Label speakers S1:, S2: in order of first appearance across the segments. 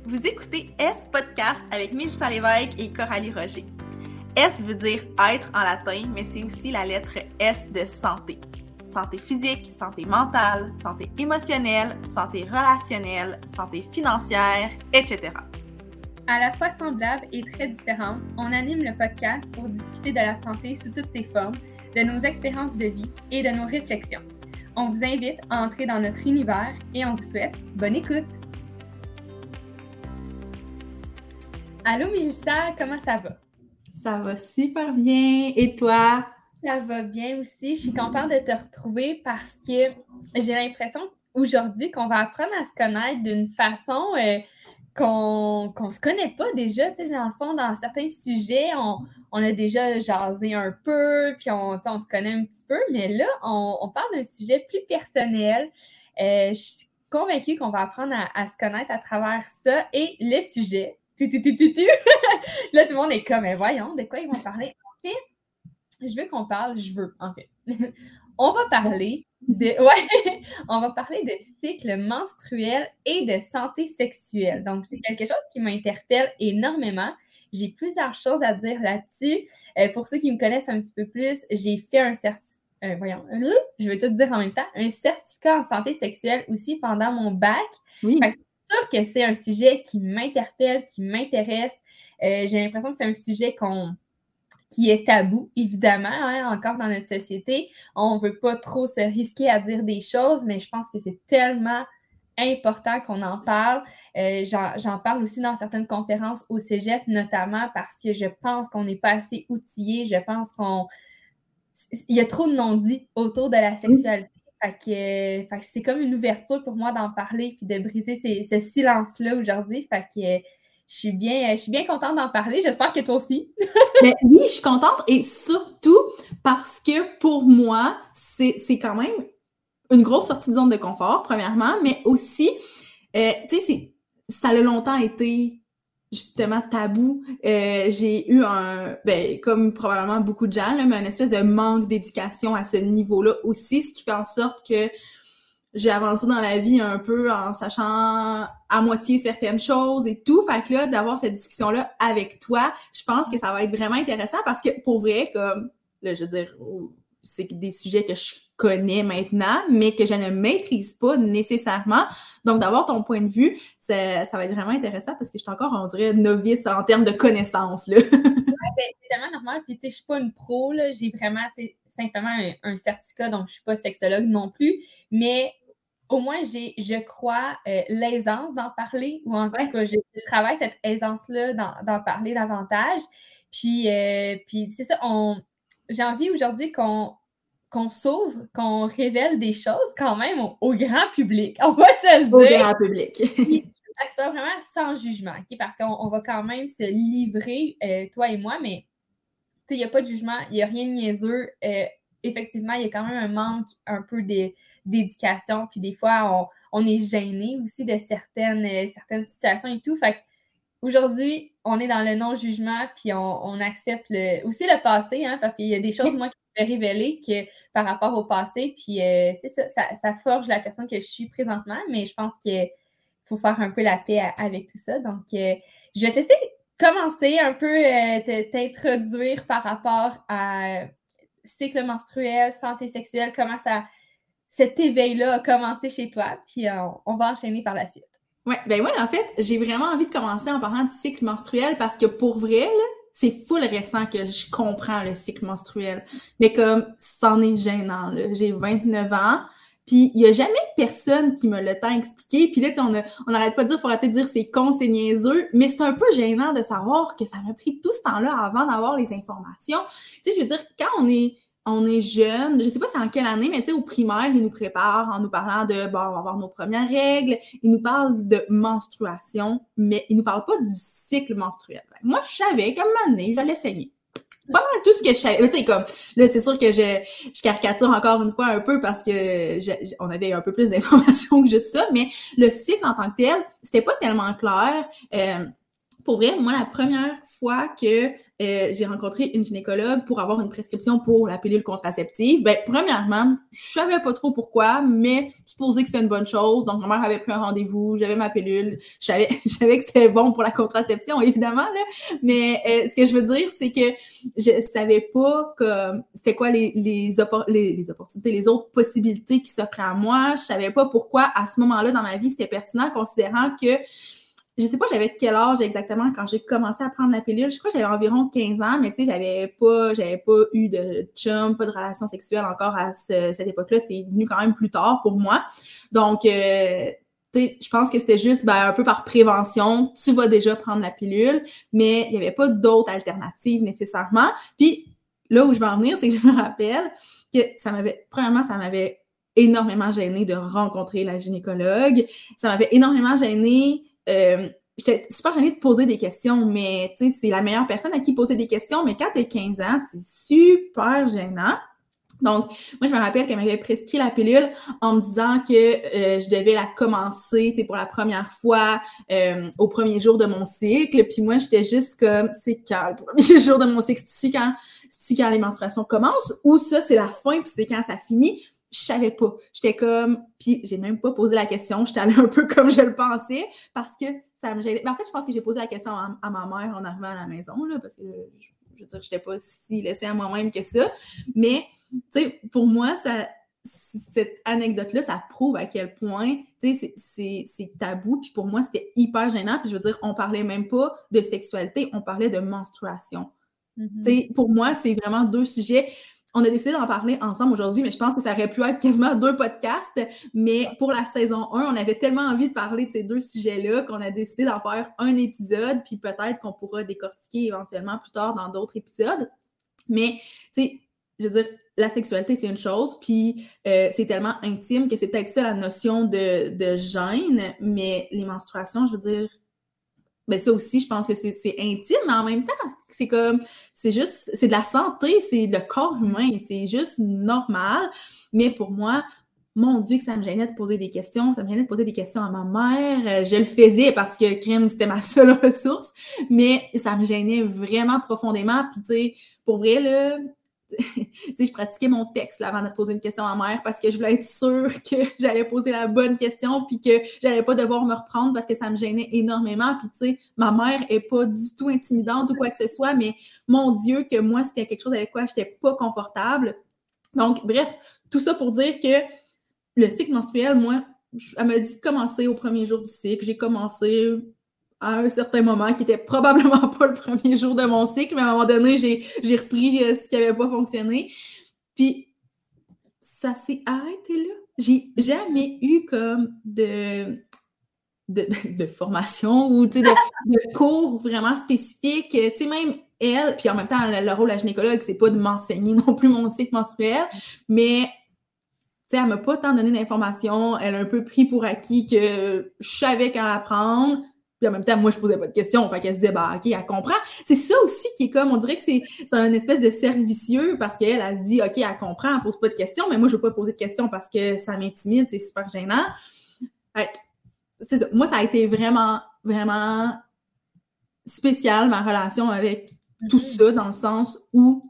S1: Vous écoutez S Podcast avec Mélissa Lévesque et Coralie Roger. S veut dire être en latin, mais c'est aussi la lettre S de santé. Santé physique, santé mentale, santé émotionnelle, santé relationnelle, santé financière, etc.
S2: À la fois semblable et très différente, on anime le podcast pour discuter de la santé sous toutes ses formes, de nos expériences de vie et de nos réflexions. On vous invite à entrer dans notre univers et on vous souhaite bonne écoute! Allô Mélissa, comment ça va?
S1: Ça va super bien. Et toi?
S2: Ça va bien aussi. Je suis contente de te retrouver parce que j'ai l'impression aujourd'hui qu'on va apprendre à se connaître d'une façon qu'on se connaît pas déjà. Tu sais, dans le fond, dans certains sujets, on a déjà jasé un peu, puis on se connaît un petit peu, mais là, on parle d'un sujet plus personnel. Je suis convaincue qu'on va apprendre à se connaître à travers ça et le sujet. Là, tout le monde est comme, mais voyons, de quoi ils vont parler? En fait, on va parler on va parler de cycle menstruel et de santé sexuelle. Donc, c'est quelque chose qui m'interpelle énormément. J'ai plusieurs choses à dire là-dessus. Pour ceux qui me connaissent un petit peu plus, j'ai fait un certificat. Je vais tout dire en même temps. Un certificat en santé sexuelle aussi pendant mon bac.
S1: Oui.
S2: C'est sûr que c'est un sujet qui m'interpelle, qui m'intéresse. J'ai l'impression que c'est un sujet qui est tabou, évidemment, encore dans notre société. On ne veut pas trop se risquer à dire des choses, mais je pense que c'est tellement important qu'on en parle. J'en parle aussi dans certaines conférences au cégep, notamment parce que je pense qu'on n'est pas assez outillés. Je pense qu'il y a trop de non-dits autour de la sexualité. Fait que c'est comme une ouverture pour moi d'en parler puis de briser ce silence-là aujourd'hui. Fait que je suis bien contente d'en parler. J'espère que toi aussi.
S1: Mais oui, je suis contente et surtout parce que pour moi, c'est quand même une grosse sortie de zone de confort, premièrement, mais aussi, tu sais, ça a longtemps été justement tabou. J'ai eu comme probablement beaucoup de gens, là, mais une espèce de manque d'éducation à ce niveau-là aussi, ce qui fait en sorte que j'ai avancé dans la vie un peu en sachant à moitié certaines choses et tout. Fait que là, d'avoir cette discussion-là avec toi, je pense que ça va être vraiment intéressant parce que pour vrai, comme, là, je veux dire, c'est des sujets que je connais maintenant, mais que je ne maîtrise pas nécessairement. Donc, d'avoir ton point de vue, ça va être vraiment intéressant parce que je suis encore, on dirait, novice en termes de connaissances, là.
S2: C'est tellement normal. Puis, tu sais, je suis pas une pro, là. J'ai vraiment, tu sais, simplement un certificat, donc je suis pas sexologue non plus. Mais au moins, je crois, l'aisance d'en parler, ou en tout cas, je travaille cette aisance-là d'en parler davantage. Puis c'est ça, j'ai envie aujourd'hui qu'on s'ouvre, qu'on révèle des choses quand même au grand public. On va se le dire.
S1: Au grand public.
S2: Puis, ça se fait vraiment sans jugement, okay? Parce qu'on va quand même se livrer, toi et moi, mais il n'y a pas de jugement, il n'y a rien de niaiseux. Effectivement, il y a quand même un manque un peu d'éducation, puis des fois, on est gêné aussi de certaines situations et tout. Fait qu'aujourd'hui, on est dans le non-jugement, puis on accepte aussi le passé, parce qu'il y a des choses, moi, qui me révéler que par rapport au passé, puis c'est ça forge la personne que je suis présentement, mais je pense qu'il faut faire un peu la paix avec tout ça. Donc, je vais tester commencer un peu t'introduire par rapport à cycle menstruel, santé sexuelle, comment cet éveil-là a commencé chez toi, puis on va enchaîner par la suite.
S1: Ouais, ben moi, en fait, j'ai vraiment envie de commencer en parlant du cycle menstruel parce que pour vrai, là, c'est full récent que je comprends le cycle menstruel. Mais comme, c'en est gênant, là. J'ai 29 ans, puis il y a jamais personne qui me l'a tant expliqué. Puis là, tu sais, on n'arrête pas de dire, faut arrêter de dire c'est con, c'est niaiseux, mais c'est un peu gênant de savoir que ça m'a pris tout ce temps-là avant d'avoir les informations. Tu sais, je veux dire, quand on est jeune, je sais pas c'est en quelle année, mais tu sais, au primaire, ils nous préparent en nous parlant de, bon, on va avoir nos premières règles, ils nous parlent de menstruation, mais ils nous parlent pas du cycle menstruel. Moi, je savais qu'à un moment donné, j'allais saigner. Pas mal tout ce que je savais. Tu sais, comme, là, c'est sûr que je caricature encore une fois un peu parce que on avait un peu plus d'informations que juste ça, mais le cycle en tant que tel, c'était pas tellement clair. pour vrai, moi, la première fois que j'ai rencontré une gynécologue pour avoir une prescription pour la pilule contraceptive, ben premièrement, je savais pas trop pourquoi, mais supposé que c'était une bonne chose. Donc, ma mère avait pris un rendez-vous, j'avais ma pilule, je savais que c'était bon pour la contraception, évidemment, là. Mais ce que je veux dire, c'est que je savais pas comme c'était quoi les opportunités, les autres possibilités qui s'offraient à moi. Je savais pas pourquoi, à ce moment-là, dans ma vie, c'était pertinent, considérant que je sais pas j'avais quel âge exactement quand j'ai commencé à prendre la pilule. Je crois que j'avais environ 15 ans, mais tu sais, j'avais pas eu de chum, pas de relation sexuelle encore à cette époque-là. C'est venu quand même plus tard pour moi. Donc, tu sais, je pense que c'était juste un peu par prévention. Tu vas déjà prendre la pilule, mais il y avait pas d'autres alternatives nécessairement. Puis, là où je veux en venir, c'est que je me rappelle que premièrement, ça m'avait énormément gênée de rencontrer la gynécologue. Ça m'avait énormément gênée. J'étais super gênée de poser des questions, mais tu sais, c'est la meilleure personne à qui poser des questions, mais quand t'as 15 ans, c'est super gênant. Donc, moi, je me rappelle qu'elle m'avait prescrit la pilule en me disant que je devais la commencer, tu sais, pour la première fois au premier jour de mon cycle. Puis moi, j'étais juste comme, c'est quand le premier jour de mon cycle? C'est-tu quand les menstruations commencent? Ou ça, c'est la fin, puis c'est quand ça finit? Je savais pas. J'étais comme... Puis j'ai même pas posé la question. J'étais allée un peu comme je le pensais parce que ça me gênait. Mais en fait, je pense que j'ai posé la question à ma mère en arrivant à la maison, là, parce que, je veux dire, j'étais pas si laissée à moi-même que ça. Mais, tu sais, pour moi, cette anecdote-là, ça prouve à quel point, tu sais, c'est tabou. Puis pour moi, c'était hyper gênant. Puis je veux dire, on parlait même pas de sexualité, on parlait de menstruation. Mm-hmm. Tu sais, pour moi, c'est vraiment deux sujets... On a décidé d'en parler ensemble aujourd'hui, mais je pense que ça aurait pu être quasiment 2 podcasts. Mais pour la saison 1, on avait tellement envie de parler de ces 2 sujets-là qu'on a décidé d'en faire un épisode, puis peut-être qu'on pourra décortiquer éventuellement plus tard dans d'autres épisodes. Mais, tu sais, je veux dire, la sexualité, c'est une chose, puis c'est tellement intime que c'est peut-être ça la notion de gêne, mais les menstruations, je veux dire... Ben ça aussi, je pense que c'est intime, mais en même temps, c'est de la santé, c'est le corps humain, c'est juste normal. Mais pour moi, mon Dieu, que ça me gênait de poser des questions, ça me gênait de poser des questions à ma mère. Je le faisais parce que crème, c'était ma seule ressource, mais ça me gênait vraiment profondément. Puis tu sais, pour vrai, là... tu sais, je pratiquais mon texte là, avant de poser une question à ma mère parce que je voulais être sûre que j'allais poser la bonne question puis que j'allais pas devoir me reprendre parce que ça me gênait énormément. Puis tu sais, ma mère est pas du tout intimidante ou quoi que ce soit, mais mon Dieu, que moi, c'était quelque chose avec quoi j'étais pas confortable. Donc, bref, tout ça pour dire que le cycle menstruel, moi, elle m'a dit de commencer au premier jour du cycle. J'ai commencé à un certain moment, qui était probablement pas le premier jour de mon cycle, mais à un moment donné, j'ai repris ce qui avait pas fonctionné. Puis, ça s'est arrêté là. J'ai jamais eu comme de formation ou, tu sais, de cours vraiment spécifiques. Tu sais, même elle, puis en même temps, le rôle de la gynécologue, c'est pas de m'enseigner non plus mon cycle menstruel, mais... Tu sais, elle m'a pas tant donné d'informations. Elle a un peu pris pour acquis que je savais quand la prendre. Puis en même temps, moi, je posais pas de questions. Fait qu'elle se disait, OK, elle comprend. C'est ça aussi qui est comme, on dirait que c'est un espèce de cercle vicieux parce qu'elle, elle se dit, OK, elle comprend, elle pose pas de questions, mais moi, je veux pas poser de questions parce que ça m'intimide, c'est super gênant. C'est ça. Moi, ça a été vraiment, vraiment spécial, ma relation avec tout ça, dans le sens où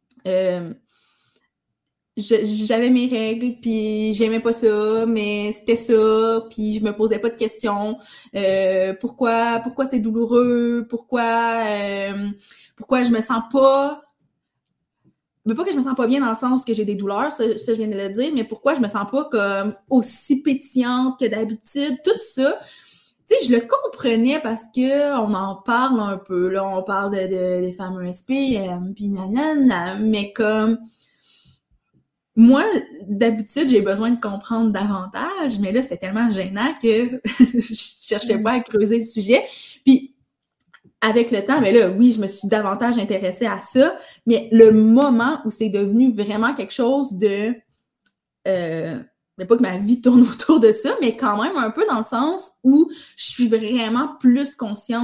S1: j'avais mes règles, puis j'aimais pas ça, mais c'était ça, puis je me posais pas de questions. Pourquoi c'est douloureux? Pourquoi je me sens pas... Mais pas que je me sens pas bien dans le sens que j'ai des douleurs, ça je viens de le dire, mais pourquoi je me sens pas comme aussi pétillante que d'habitude? Tout ça, tu sais, je le comprenais parce que on en parle un peu, là, on parle des fameux SPM, puis nanana, mais comme... Moi, d'habitude, j'ai besoin de comprendre davantage, mais là, c'était tellement gênant que je cherchais pas à creuser le sujet. Puis, avec le temps, ben là, oui, je me suis davantage intéressée à ça, mais le moment où c'est devenu vraiment quelque chose de... mais pas que ma vie tourne autour de ça, mais quand même un peu dans le sens où je suis vraiment plus consciente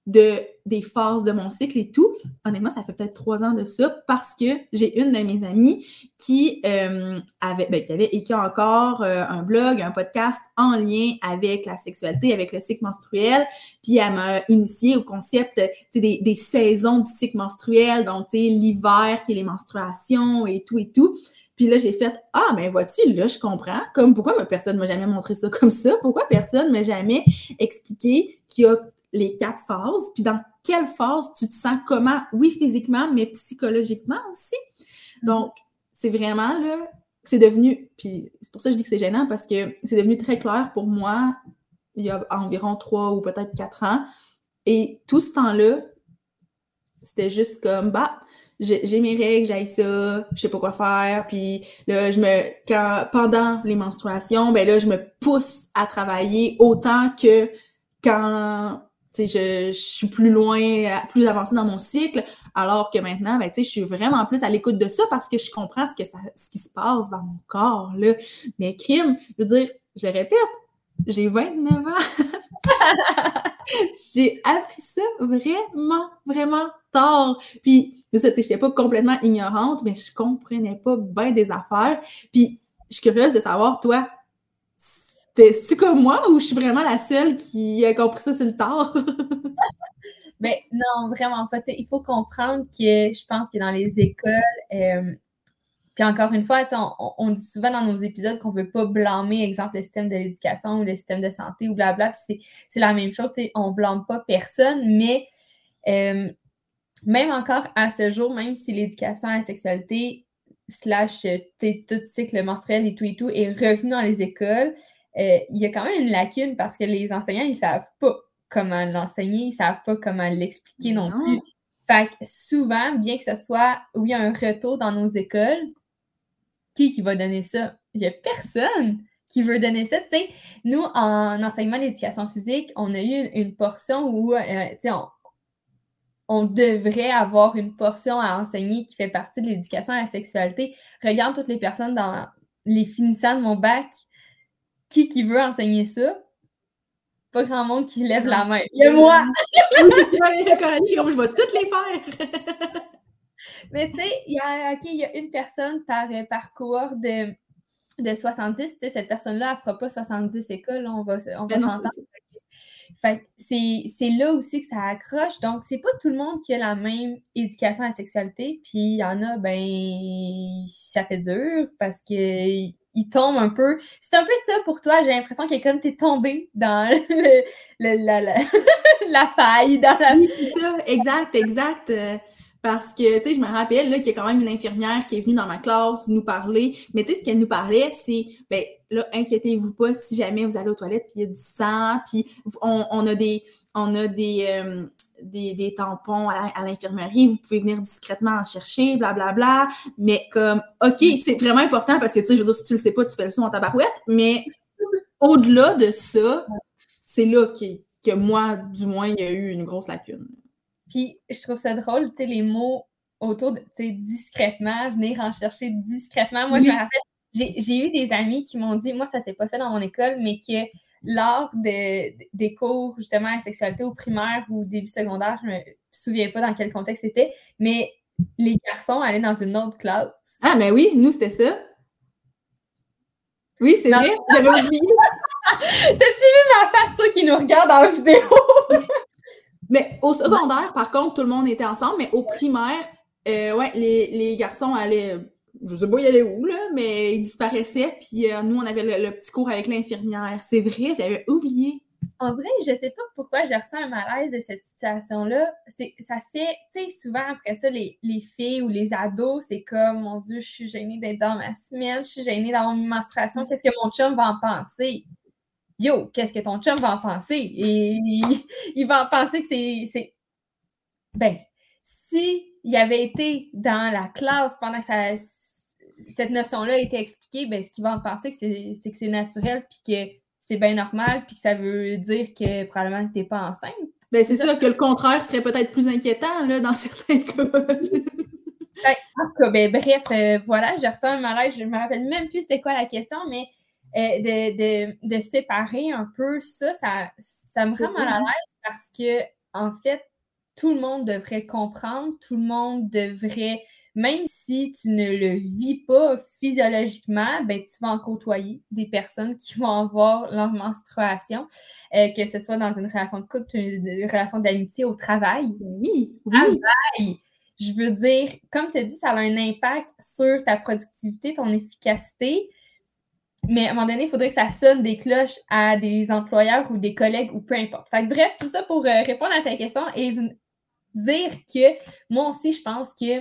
S1: des phases de mon cycle et tout. Honnêtement, ça fait peut-être 3 ans de ça parce que j'ai une de mes amies qui avait écrit encore un blog, un podcast en lien avec la sexualité, avec le cycle menstruel. Puis elle m'a initiée au concept des saisons du cycle menstruel, donc l'hiver qui est les menstruations et tout et tout. Puis là, j'ai fait « Ah, ben vois-tu, là, je comprends. Comme pourquoi personne ne m'a jamais montré ça comme ça? Pourquoi personne ne m'a jamais expliqué qu'il y a les 4 phases? Puis dans quelle phase tu te sens comment? Oui, physiquement, mais psychologiquement aussi. Donc, c'est vraiment là, c'est devenu, puis c'est pour ça que je dis que c'est gênant, parce que c'est devenu très clair pour moi il y a environ 3 ou peut-être 4 ans. Et tout ce temps-là, c'était juste comme, j'ai mes règles, j'ai ça, je sais pas quoi faire, puis là, pendant les menstruations, ben là, je me pousse à travailler autant que quand, je suis plus loin, plus avancée dans mon cycle, alors que maintenant, ben, je suis vraiment plus à l'écoute de ça parce que je comprends ce qui se passe dans mon corps, là. Mais crime, je veux dire, je le répète, j'ai 29 ans. J'ai appris ça vraiment, vraiment tard. Puis, ça, j'étais pas complètement ignorante, mais je comprenais pas bien des affaires. Puis, je suis curieuse de savoir, toi, c'est-tu comme moi ou je suis vraiment la seule qui a compris ça sur le tard?
S2: Ben non, vraiment pas. Il faut comprendre que je pense que dans les écoles, puis encore une fois, on dit souvent dans nos épisodes qu'on ne veut pas blâmer, exemple, le système de l'éducation ou le système de santé ou blabla, puis c'est la même chose, on ne blâme pas personne, mais même encore à ce jour, même si l'éducation à la sexualité tout cycle menstruel et tout est revenu dans les écoles, il y a quand même une lacune parce que les enseignants, ils ne savent pas comment l'enseigner, ils ne savent pas comment l'expliquer non plus. Fait que souvent, bien que ce soit, oui, un retour dans nos écoles, qui va donner ça? Il n'y a personne qui veut donner ça. Tu sais, nous, en enseignement d'éducation physique, on a eu une portion où, on devrait avoir une portion à enseigner qui fait partie de l'éducation à la sexualité. Regarde toutes les personnes dans les finissants de mon bac. Qui veut enseigner ça? Pas grand monde qui lève la main. Il y a moi!
S1: Je vais toutes les faire!
S2: Mais tu sais, il y a une personne par cohorte de 70. Cette personne-là, elle ne fera pas 70 écoles. Là, on va s'entendre. Fait c'est là aussi que ça accroche. Donc, c'est pas tout le monde qui a la même éducation à la sexualité. Puis, il y en a, ben, ça fait dur parce qu'ils tombent un peu. C'est un peu ça pour toi. J'ai l'impression que comme t'es tombé dans la faille.
S1: Oui, c'est ça. Exact. Parce que, tu sais, je me rappelle là, qu'il y a quand même une infirmière qui est venue dans ma classe nous parler. Mais tu sais, ce qu'elle nous parlait, c'est, ben là, inquiétez-vous pas si jamais vous allez aux toilettes puis il y a du sang, puis on a des tampons à l'infirmerie, vous pouvez venir discrètement en chercher, blablabla. Mais comme, OK, c'est vraiment important parce que, tu sais, je veux dire, si tu le sais pas, tu fais le son en tabarouette. Mais au-delà de ça, c'est là que moi, du moins, il y a eu une grosse lacune.
S2: Puis, je trouve ça drôle, tu sais, les mots autour de, tu sais, discrètement, venir en chercher discrètement. Moi, je me rappelle, j'ai eu des amis qui m'ont dit, moi, ça s'est pas fait dans mon école, mais que lors des cours, justement, à la sexualité au primaire ou au début secondaire, je me souviens pas dans quel contexte c'était, mais les garçons allaient dans une autre classe.
S1: Ah, mais oui, nous, c'était ça. Oui, c'est vrai, j'avais oublié.
S2: T'as-tu vu ma face, ceux qui nous regardent en vidéo?
S1: Mais au secondaire, par contre, tout le monde était ensemble, mais au primaire, ouais, les garçons allaient, je sais pas, ils allaient où, là, mais ils disparaissaient, puis nous, on avait le petit cours avec l'infirmière. C'est vrai, j'avais oublié.
S2: En vrai, je sais pas pourquoi je ressens un malaise de cette situation-là. Ça fait, tu sais, souvent après ça, les filles ou les ados, c'est comme, mon Dieu, je suis gênée d'être dans ma semaine, je suis gênée d'avoir une menstruation, qu'est-ce que mon chum va en penser? Yo, qu'est-ce que ton chum va en penser? Et il va en penser que c'est... Ben, s'il avait été dans la classe pendant que cette notion-là a été expliquée, ben, ce qu'il va en penser, c'est que c'est naturel, puis que c'est bien normal, puis que ça veut dire que probablement que t'es pas enceinte.
S1: Ben, c'est ça, que le contraire serait peut-être plus inquiétant, là, dans certains cas.
S2: Ben, en tout cas, ben, bref, voilà, j'ai reçu un malaise, je me rappelle même plus c'était quoi la question, mais de séparer un peu ça me rend mal à l'aise parce que en fait, tout le monde devrait comprendre, tout le monde devrait, même si tu ne le vis pas physiologiquement, ben tu vas en côtoyer des personnes qui vont avoir leur menstruation, que ce soit dans une relation de couple, une relation d'amitié, au travail.
S1: Oui,
S2: Travail, je veux dire, comme tu as dit, ça a un impact sur ta productivité, ton efficacité. Mais à un moment donné, il faudrait que ça sonne des cloches à des employeurs ou des collègues ou peu importe. Fait que bref, tout ça pour répondre à ta question et dire que moi aussi, je pense que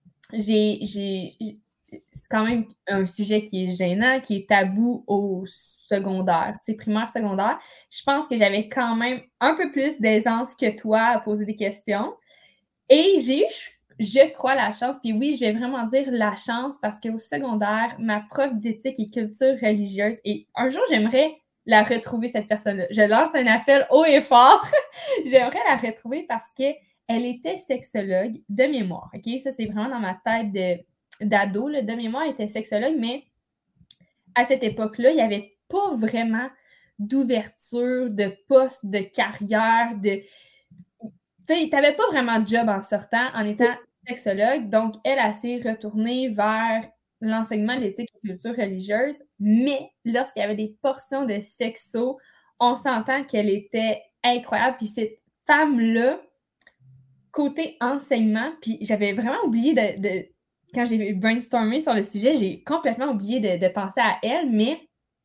S2: c'est quand même un sujet qui est gênant, qui est tabou au secondaire, tu sais, primaire, secondaire. Je pense que j'avais quand même un peu plus d'aisance que toi à poser des questions. Et j'ai eu, je crois, la chance, puis oui, je vais vraiment dire la chance parce qu'au secondaire, ma prof d'éthique et culture religieuse, et un jour, j'aimerais la retrouver, cette personne-là. Je lance un appel haut et fort. J'aimerais la retrouver parce qu'elle était sexologue de mémoire, OK? Ça, c'est vraiment dans ma tête d'ado, là, de mémoire, elle était sexologue, mais à cette époque-là, il n'y avait pas vraiment d'ouverture, de poste, de carrière, de... Tu sais, tu n'avais pas vraiment de job en sortant, en étant sexologue. Donc, elle s'est retournée vers l'enseignement de l'éthique et culture religieuse. Mais lorsqu'il y avait des portions de sexo, on s'entend qu'elle était incroyable. Puis cette femme-là, côté enseignement, puis j'avais vraiment oublié quand j'ai brainstormé sur le sujet, j'ai complètement oublié de penser à elle, mais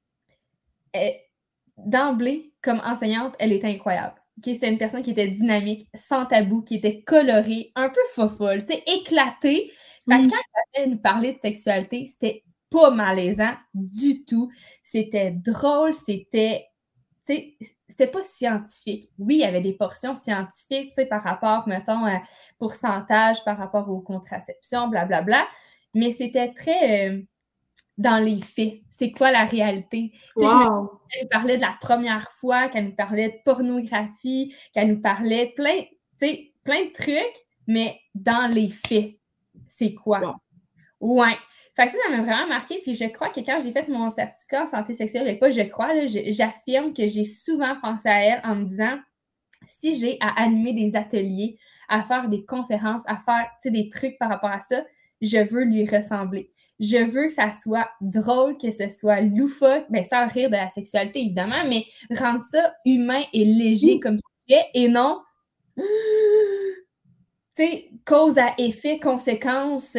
S2: d'emblée, comme enseignante, elle était incroyable. Okay, c'était une personne qui était dynamique, sans tabou, qui était colorée, un peu fofolle, tu sais, éclatée. Fait que quand elle nous parlait de sexualité, c'était pas malaisant du tout. C'était drôle, c'était pas scientifique. Oui, il y avait des portions scientifiques, tu sais, par rapport, mettons, à pourcentage, par rapport aux contraceptions, blablabla, mais c'était très dans les faits. C'est quoi la réalité?
S1: Wow.
S2: Elle nous parlait de la première fois, qu'elle nous parlait de pornographie, qu'elle nous parlait plein de trucs, mais dans les faits, c'est quoi?
S1: Wow.
S2: Ouais. Fait que ça m'a vraiment marqué. Puis je crois que quand j'ai fait mon certificat en santé sexuelle, et pas je crois, là, j'affirme que j'ai souvent pensé à elle en me disant, si j'ai à animer des ateliers, à faire des conférences, à faire des trucs par rapport à ça, je veux lui ressembler. Je veux que ça soit drôle, que ce soit loufoque, bien, sans rire de la sexualité, évidemment, mais rendre ça humain et léger comme sujet et non, tu sais, cause à effet, conséquence,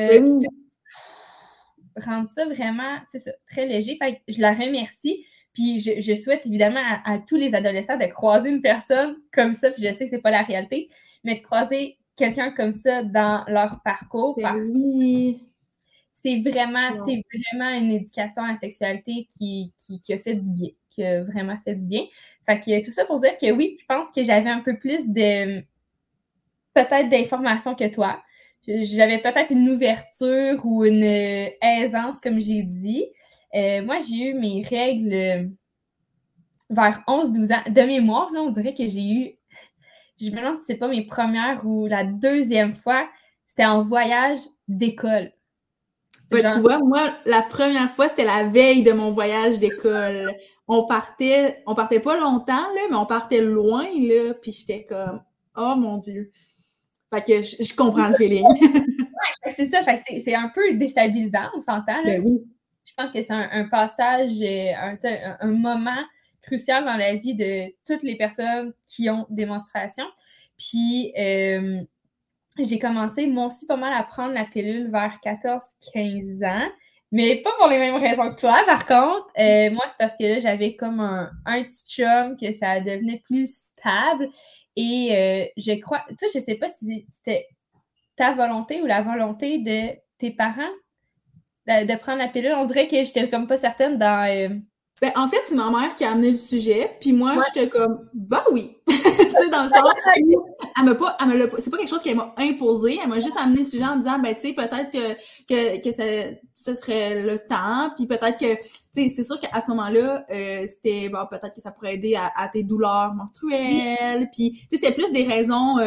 S2: rendre ça vraiment, c'est ça, très léger. Fait que je la remercie. Puis je souhaite évidemment à tous les adolescents de croiser une personne comme ça, puis je sais que c'est pas la réalité, mais de croiser quelqu'un comme ça dans leur parcours parce que c'est vraiment une éducation à la sexualité qui a fait du bien, qui a vraiment fait du bien. Fait que tout ça pour dire que oui, je pense que j'avais un peu plus peut-être d'informations que toi. J'avais peut-être une ouverture ou une aisance, comme j'ai dit. Moi, j'ai eu mes règles vers 11-12 ans. De mémoire, là, on dirait que j'ai eu... Je me demande si c'est pas mes premières ou la deuxième fois. C'était en voyage d'école.
S1: Ben, tu vois, moi, la première fois, c'était la veille de mon voyage d'école. On partait pas longtemps, là, mais on partait loin, là, puis j'étais comme, oh mon Dieu. Fait que je comprends le feeling.
S2: Ouais, c'est ça, fait que c'est un peu déstabilisant, on s'entend, là.
S1: Ben oui.
S2: Je pense que c'est un passage, un moment crucial dans la vie de toutes les personnes qui ont des menstruations. Puis, j'ai commencé, moi aussi, pas mal à prendre la pilule vers 14-15 ans, mais pas pour les mêmes raisons que toi, par contre. Moi, c'est parce que là, j'avais comme un petit chum, que ça devenait plus stable. Et je crois... Toi, je sais pas si c'était ta volonté ou la volonté de tes parents de prendre la pilule. On dirait que j'étais comme pas certaine dans...
S1: Ben, en fait, c'est ma mère qui a amené le sujet, puis moi, j'étais comme, bah oui! Tu sais, dans le sens où c'est pas quelque chose qu'elle m'a imposé, elle m'a juste amené le sujet en disant, ben, tu sais, peut-être que ça serait le temps, puis peut-être que, tu sais, c'est sûr qu'à ce moment-là, c'était, bon, peut-être que ça pourrait aider à tes douleurs menstruelles, puis, tu sais, c'était plus des raisons,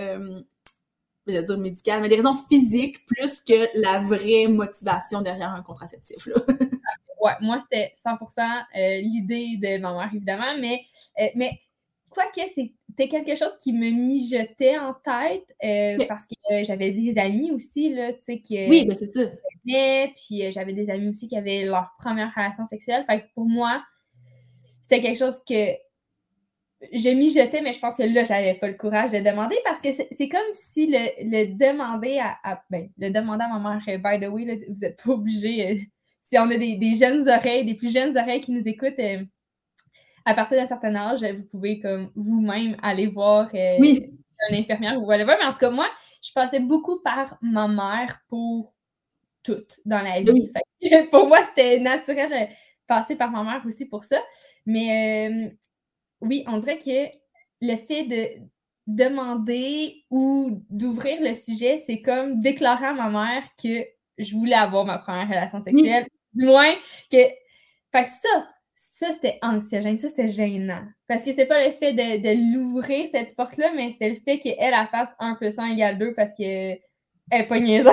S1: je vais dire médicales, mais des raisons physiques plus que la vraie motivation derrière un contraceptif, là.
S2: Ouais, moi, c'était 100% l'idée de ma mère, évidemment, mais quoique c'était quelque chose qui me mijotait en tête, parce que j'avais des amis aussi, là, tu sais,
S1: Oui, ben c'est ça.
S2: Puis j'avais des amis aussi qui avaient leur première relation sexuelle. Fait que pour moi, c'était quelque chose que je mijotais, mais je pense que là, j'avais pas le courage de demander parce que c'est comme si le demander le demander à ma mère, by the way, là, vous êtes pas obligé, si on a des jeunes oreilles, des plus jeunes oreilles qui nous écoutent, à partir d'un certain âge, vous pouvez comme vous-même aller voir
S1: Oui.
S2: une infirmière ou whatever. Mais en tout cas, moi, je passais beaucoup par ma mère pour tout dans la vie.
S1: Oui.
S2: Fait que pour moi, c'était naturel de passer par ma mère aussi pour ça. Mais oui, on dirait que le fait de demander ou d'ouvrir le sujet, c'est comme déclarer à ma mère que je voulais avoir ma première relation sexuelle.
S1: Oui.
S2: Du moins que... Fait que ça, c'était anxiogène, ça, c'était gênant. Parce que c'était pas le fait de l'ouvrir, cette porte-là, mais c'était le fait qu'elle fasse 1 + 1 = 2 parce qu'elle est pas niaiseuse.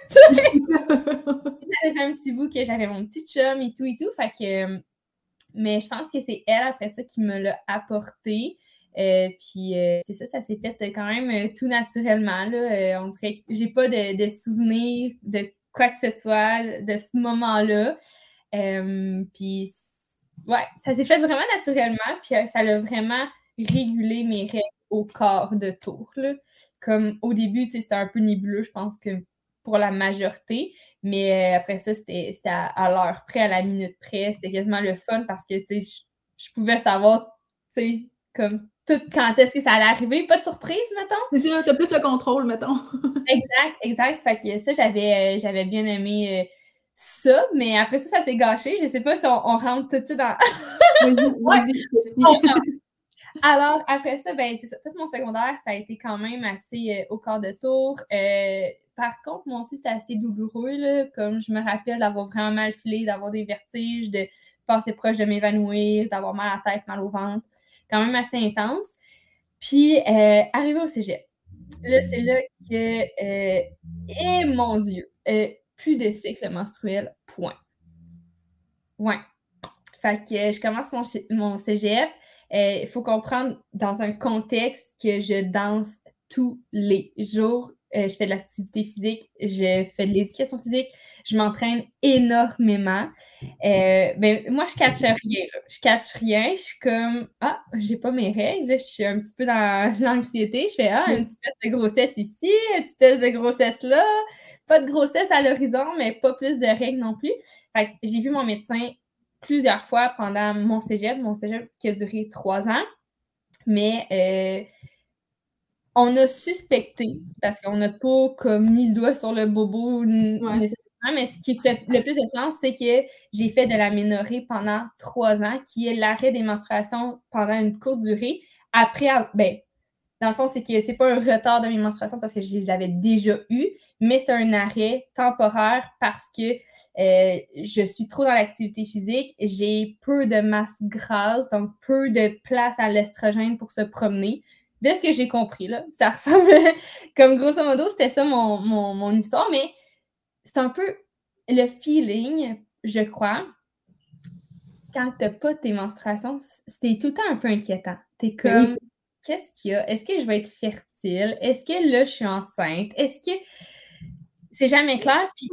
S2: J'avais un petit bout que j'avais mon petit chum et tout, fait que... Mais je pense que c'est elle, après ça, qui me l'a apporté. Puis c'est ça s'est fait quand même tout naturellement. Là. On dirait que j'ai pas de souvenir de quoi que ce soit de ce moment-là. Puis ouais, ça s'est fait vraiment naturellement. Puis ça a vraiment régulé mes règles au quart de tour. Là. Comme au début, c'était un peu nébuleux, je pense que pour la majorité. Mais après ça, c'était à l'heure près, à la minute près. C'était quasiment le fun parce que, tu sais, je pouvais savoir, tu sais, comme tout quand est-ce que ça allait arriver. Pas de surprise, mettons.
S1: C'est ça, t'as plus le contrôle, mettons.
S2: Exact. Fait que ça, j'avais bien aimé ça. Mais après ça s'est gâché. Je sais pas si on rentre tout de suite dans...
S1: Vas-y, je te suis.
S2: Alors, après ça, ben c'est ça. Tout mon secondaire, ça a été quand même assez au quart de tour. Par contre, moi aussi, c'était assez douloureux. Là, comme je me rappelle d'avoir vraiment mal filé, d'avoir des vertiges, de passer proche de m'évanouir, d'avoir mal à la tête, mal au ventre. Quand même assez intense. Puis, arrivé au cégep. Là, c'est là que... mon Dieu! Plus de cycle menstruel, point. Ouais. Fait que je commence mon cégep. Il faut comprendre dans un contexte que je danse tous les jours. Je fais de l'activité physique, je fais de l'éducation physique, je m'entraîne énormément. Moi, je catche rien. Là. Je catche rien. Je suis comme, j'ai pas mes règles. Là, je suis un petit peu dans l'anxiété. Je fais, un petit test de grossesse ici, un petit test de grossesse là. Pas de grossesse à l'horizon, mais pas plus de règles non plus. Fait que j'ai vu mon médecin plusieurs fois pendant mon cégep qui a duré 3 ans. Mais on a suspecté, parce qu'on n'a pas comme mis le doigt sur le bobo nécessairement, mais ce qui fait le plus de sens, c'est que j'ai fait de l'aménorrhée pendant 3 ans, qui est l'arrêt des menstruations pendant une courte durée. Après, dans le fond, c'est que c'est pas un retard de mes menstruations parce que je les avais déjà eues, mais c'est un arrêt temporaire parce que je suis trop dans l'activité physique, j'ai peu de masse grasse, donc peu de place à l'estrogène pour se promener. De ce que j'ai compris, là, ça ressemble comme grosso modo, c'était ça mon histoire, mais c'est un peu le feeling, je crois, quand t'as pas tes menstruations, c'est tout le temps un peu inquiétant. T'es comme, qu'est-ce qu'il y a? Est-ce que je vais être fertile? Est-ce que là, je suis enceinte? Est-ce que... C'est jamais clair, puis...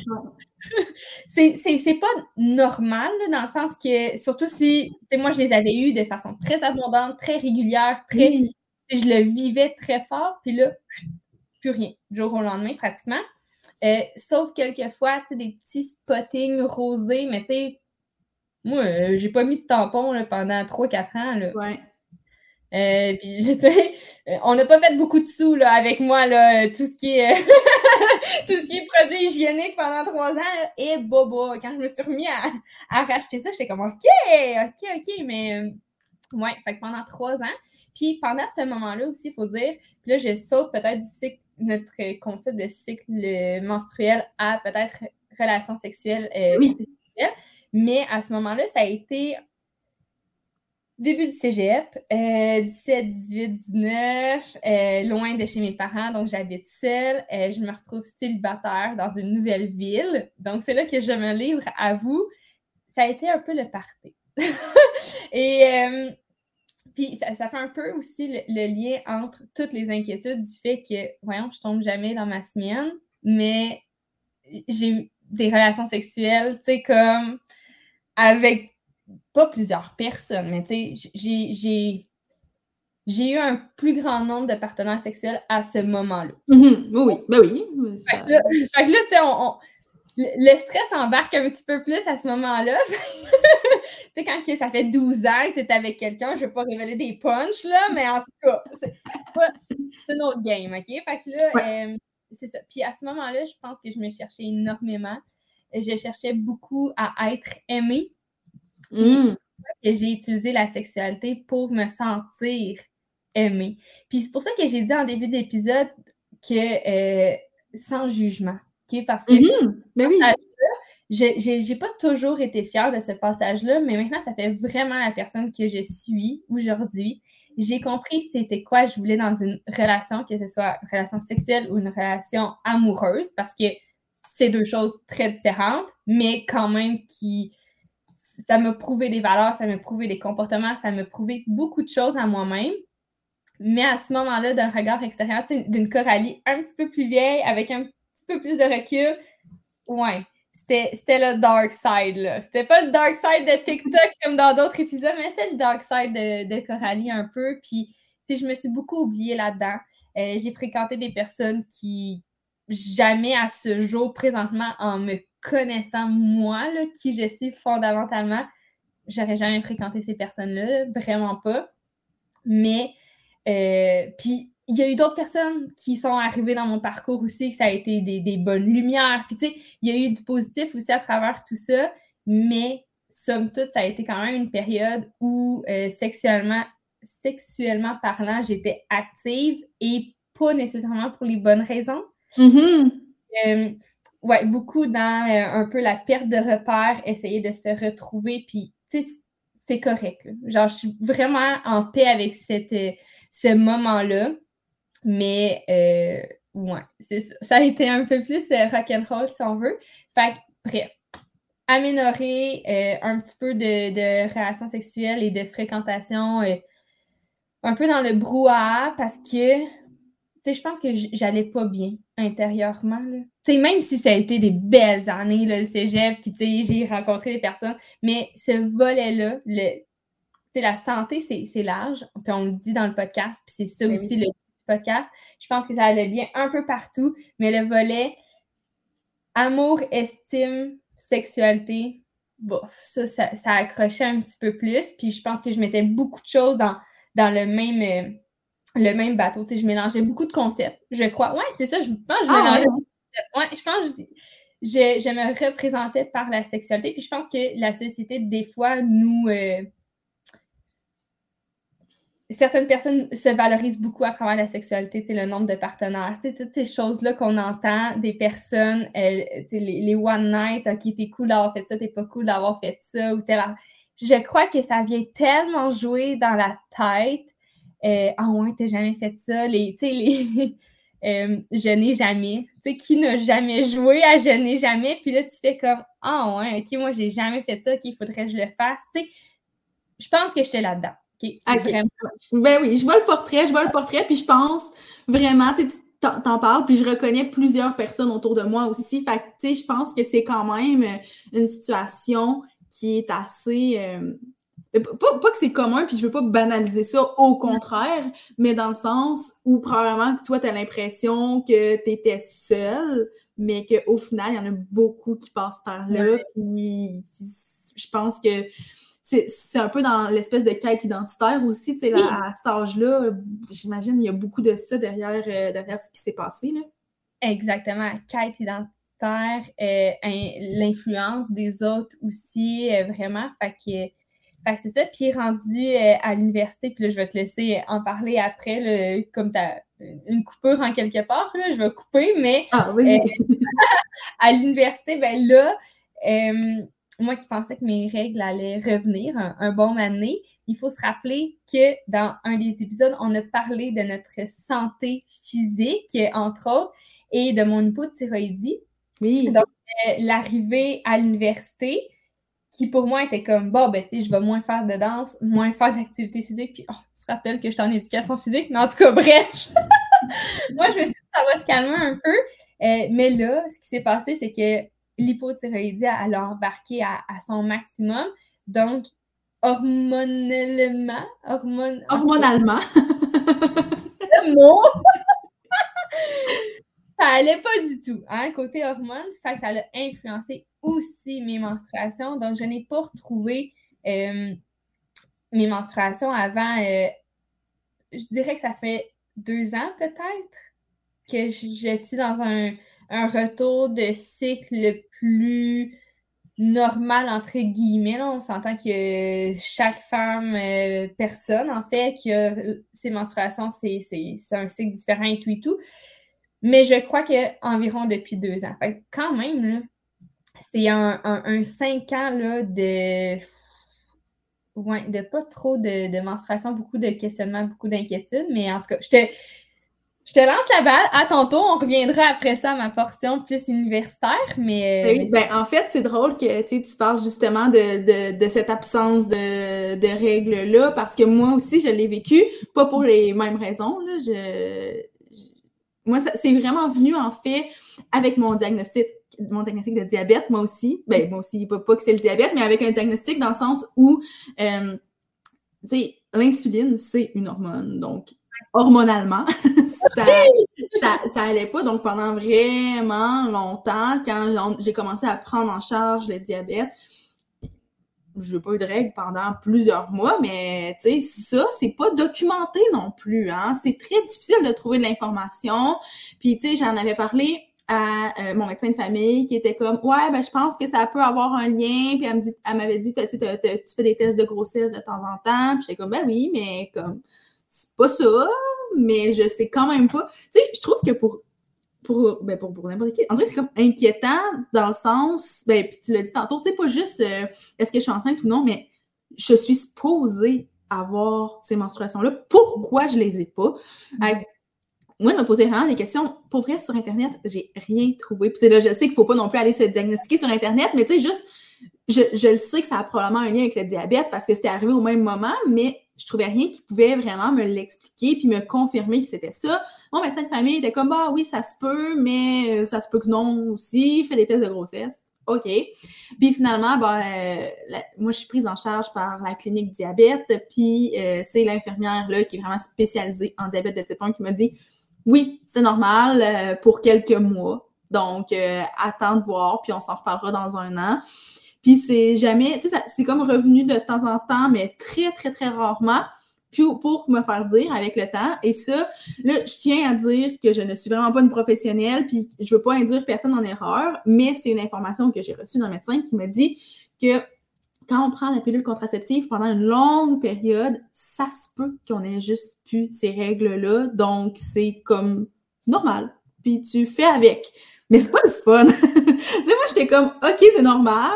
S2: c'est pas normal, là, dans le sens que, surtout si, moi, je les avais eues de façon très abondante, très régulière, très... Je le vivais très fort, puis là, plus rien, du jour au lendemain, pratiquement. Sauf quelquefois, tu sais, des petits spottings rosés, mais tu sais, moi, j'ai pas mis de tampon là, pendant 3-4 ans. Là.
S1: Ouais.
S2: Puis, on n'a pas fait beaucoup de sous là, avec moi, là, tout ce qui est tout ce qui est produit hygiénique pendant 3 ans. Là, et bobo, quand je me suis remis à racheter ça, j'étais comme OK, mais ouais, fait que pendant 3 ans. Puis pendant ce moment-là aussi, il faut dire, puis là, je saute peut-être du cycle, notre concept de cycle menstruel à peut-être relation sexuelle, mais à ce moment-là, ça a été début du cégep, 17, 18, 19, loin de chez mes parents, donc j'habite seule. Je me retrouve célibataire dans une nouvelle ville. Donc, c'est là que je me livre à vous. Ça a été un peu le party. Et Puis ça fait un peu aussi le lien entre toutes les inquiétudes du fait que, voyons, je tombe jamais dans ma semaine, mais j'ai des relations sexuelles, tu sais, comme avec pas plusieurs personnes, mais tu sais, j'ai eu un plus grand nombre de partenaires sexuels à ce moment-là.
S1: Oui, ben oui.
S2: Fait que là, tu sais, le stress embarque un petit peu plus à ce moment-là. Tu sais, quand ça fait 12 ans que tu es avec quelqu'un, je ne vais pas révéler des punchs, là, mais en tout cas, c'est une autre game, OK? Fait que là, c'est ça. Puis à ce moment-là, je pense que je me cherchais énormément. Je cherchais beaucoup à être aimée. Puis j'ai utilisé la sexualité pour me sentir aimée. Puis c'est pour ça que j'ai dit en début d'épisode que sans jugement, OK? Parce que
S1: ben oui.
S2: j'ai pas toujours été fière de ce passage-là, mais maintenant, ça fait vraiment la personne que je suis aujourd'hui. J'ai compris c'était quoi je voulais dans une relation, que ce soit une relation sexuelle ou une relation amoureuse, parce que c'est deux choses très différentes, mais quand même ça m'a prouvé des valeurs, ça m'a prouvé des comportements, ça m'a prouvé beaucoup de choses à moi-même. Mais à ce moment-là, d'un regard extérieur, d'une Coralie un petit peu plus vieille, avec un petit peu plus de recul, ouais, c'était le dark side, là. C'était pas le dark side de TikTok comme dans d'autres épisodes, mais c'était le dark side de Coralie un peu. Puis, tu sais, je me suis beaucoup oubliée là-dedans. J'ai fréquenté des personnes qui, jamais à ce jour, présentement, en me connaissant, moi, là, qui je suis fondamentalement, j'aurais jamais fréquenté ces personnes-là, vraiment pas. Mais, puis, il y a eu d'autres personnes qui sont arrivées dans mon parcours aussi, que ça a été des bonnes lumières. Puis, tu sais, il y a eu du positif aussi à travers tout ça, mais somme toute, ça a été quand même une période où sexuellement parlant, j'étais active et pas nécessairement pour les bonnes raisons. Ouais, beaucoup dans un peu la perte de repères, essayer de se retrouver, puis, tu sais, c'est correct, là. Genre, je suis vraiment en paix avec ce moment-là. Mais, ouais, c'est ça. Ça a été un peu plus rock'n'roll, si on veut. Fait que, bref, améliorer un petit peu de relations sexuelles et de fréquentation un peu dans le brouhaha parce que, tu sais, je pense que j'allais pas bien intérieurement, là. Tu sais, même si ça a été des belles années, là, le cégep, puis, tu sais, j'ai rencontré des personnes, mais ce volet-là, tu sais, la santé, c'est large, puis on le dit dans le podcast, puis c'est ça aussi le podcast. Je pense que ça allait bien un peu partout, mais le volet amour, estime, sexualité, bof, ça accrochait un petit peu plus, puis je pense que je mettais beaucoup de choses dans le même bateau. Tu sais, je mélangeais beaucoup de concepts, je crois. Ouais, c'est ça, je pense que je mélangeais beaucoup de concepts. Ouais, je pense que je me représentais par la sexualité, puis je pense que la société, des fois, nous... certaines personnes se valorisent beaucoup à travers la sexualité, tu sais, le nombre de partenaires, tu sais, toutes ces choses-là qu'on entend des personnes, tu sais, les one night, ok, t'es cool d'avoir fait ça, t'es pas cool d'avoir fait ça, ou tel. Je crois que ça vient tellement jouer dans la tête. Ah ouais, t'as jamais fait ça, tu sais, je n'ai jamais, tu sais, qui n'a jamais joué à je n'ai jamais, puis là, tu fais comme, ah ouais, ok, moi, j'ai jamais fait ça, ok, il faudrait que je le fasse, tu sais, je pense que j'étais là-dedans. Okay.
S1: Ben oui, je vois le portrait, puis je pense vraiment, tu t'en parles, puis je reconnais plusieurs personnes autour de moi aussi. Fait que, tu sais, je pense que c'est quand même une situation qui est assez... pas que c'est commun, puis je veux pas banaliser ça, au contraire, mais dans le sens où probablement que toi, t'as l'impression que t'étais seule, mais qu'au final, il y en a beaucoup qui passent par là, puis je pense que c'est un peu dans l'espèce de quête identitaire aussi, tu sais, à cet âge-là, j'imagine il y a beaucoup de ça derrière ce qui s'est passé, là.
S2: Exactement, quête identitaire, l'influence des autres aussi, vraiment, fait que c'est ça, puis rendu à l'université, puis là, je vais te laisser en parler après, là, comme t'as une coupure en quelque part, là, je vais couper, mais à l'université, ben là, moi qui pensais que mes règles allaient revenir un bon moment donné, il faut se rappeler que dans un des épisodes, on a parlé de notre santé physique, entre autres, et de mon hypothyroïdie.
S1: Oui.
S2: Donc, l'arrivée à l'université, qui pour moi était comme, bon, ben, tu sais, je vais moins faire de danse, moins faire d'activité physique, puis on se rappelle que j'étais en éducation physique, mais en tout cas, bref, moi, je me suis dit, ça va se calmer un peu, mais là, ce qui s'est passé, c'est que l'hypothyroïdie, elle a embarqué à son maximum, donc, hormonalement,
S1: hormonalement,
S2: le mot, ça allait pas du tout, hein, côté hormones, fait que ça a influencé aussi mes menstruations, donc je n'ai pas retrouvé mes menstruations avant, je dirais que ça fait 2 ans peut-être, que je suis dans un retour de cycle plus normal, entre guillemets. Là. On s'entend que chaque femme, personne, en fait, qui a ses menstruations, c'est un cycle différent et tout et tout. Mais je crois qu'environ depuis 2 ans. Fait que quand même, là, c'est un 5 ans là, de pas trop de menstruation, beaucoup de questionnements, beaucoup d'inquiétudes. Mais en tout cas, je te lance la balle. À ton tour, on reviendra après ça à ma portion plus universitaire. Mais
S1: en fait, c'est drôle que tu parles justement de cette absence de règles-là, parce que moi aussi, je l'ai vécu, pas pour les mêmes raisons. Là, moi, c'est vraiment venu, en fait, avec mon diagnostic de diabète, moi aussi. Ben, moi aussi, pas que c'était le diabète, mais avec un diagnostic dans le sens où, tu sais, l'insuline, c'est une hormone. Donc, hormonalement, ça allait pas. Donc, pendant vraiment longtemps, quand j'ai commencé à prendre en charge le diabète, j'ai pas eu de règles pendant plusieurs mois, mais tu sais, ça, c'est pas documenté non plus, hein. C'est très difficile de trouver de l'information. Puis, tu sais, j'en avais parlé à mon médecin de famille qui était comme, ouais, ben je pense que ça peut avoir un lien. Puis elle m'avait dit, tu fais des tests de grossesse de temps en temps. Puis j'étais comme, ben oui, mais comme, c'est pas ça, mais je sais quand même pas. Tu sais, je trouve que pour n'importe qui, en vrai, c'est comme inquiétant dans le sens, ben, puis tu l'as dit tantôt, tu sais, pas juste est-ce que je suis enceinte ou non, mais je suis supposée avoir ces menstruations-là. Pourquoi je les ai pas? Moi, je me posais vraiment des questions. Pour vrai, sur Internet, j'ai rien trouvé. Puis là, je sais qu'il faut pas non plus aller se diagnostiquer sur Internet, mais tu sais, juste, je le sais que ça a probablement un lien avec le diabète parce que c'était arrivé au même moment, mais je trouvais rien qui pouvait vraiment me l'expliquer puis me confirmer que c'était ça. Mon médecin de famille était comme, bah oui, ça se peut, mais ça se peut que non aussi. Fais des tests de grossesse. OK. Puis finalement, moi, je suis prise en charge par la clinique diabète, puis c'est l'infirmière là qui est vraiment spécialisée en diabète de type 1 qui m'a dit, oui, c'est normal pour quelques mois. Donc, attends de voir, puis on s'en reparlera dans 1 an. Puis c'est jamais, tu sais, c'est comme revenu de temps en temps, mais très, très, très rarement, puis pour me faire dire avec le temps. Et ça, là, je tiens à dire que je ne suis vraiment pas une professionnelle, puis je veux pas induire personne en erreur, mais c'est une information que j'ai reçue d'un médecin qui m'a dit que quand on prend la pilule contraceptive pendant une longue période, ça se peut qu'on ait juste plus ces règles-là, donc c'est comme normal, puis tu fais avec. Mais c'est pas le fun! Tu sais, moi, j'étais comme, OK, c'est normal,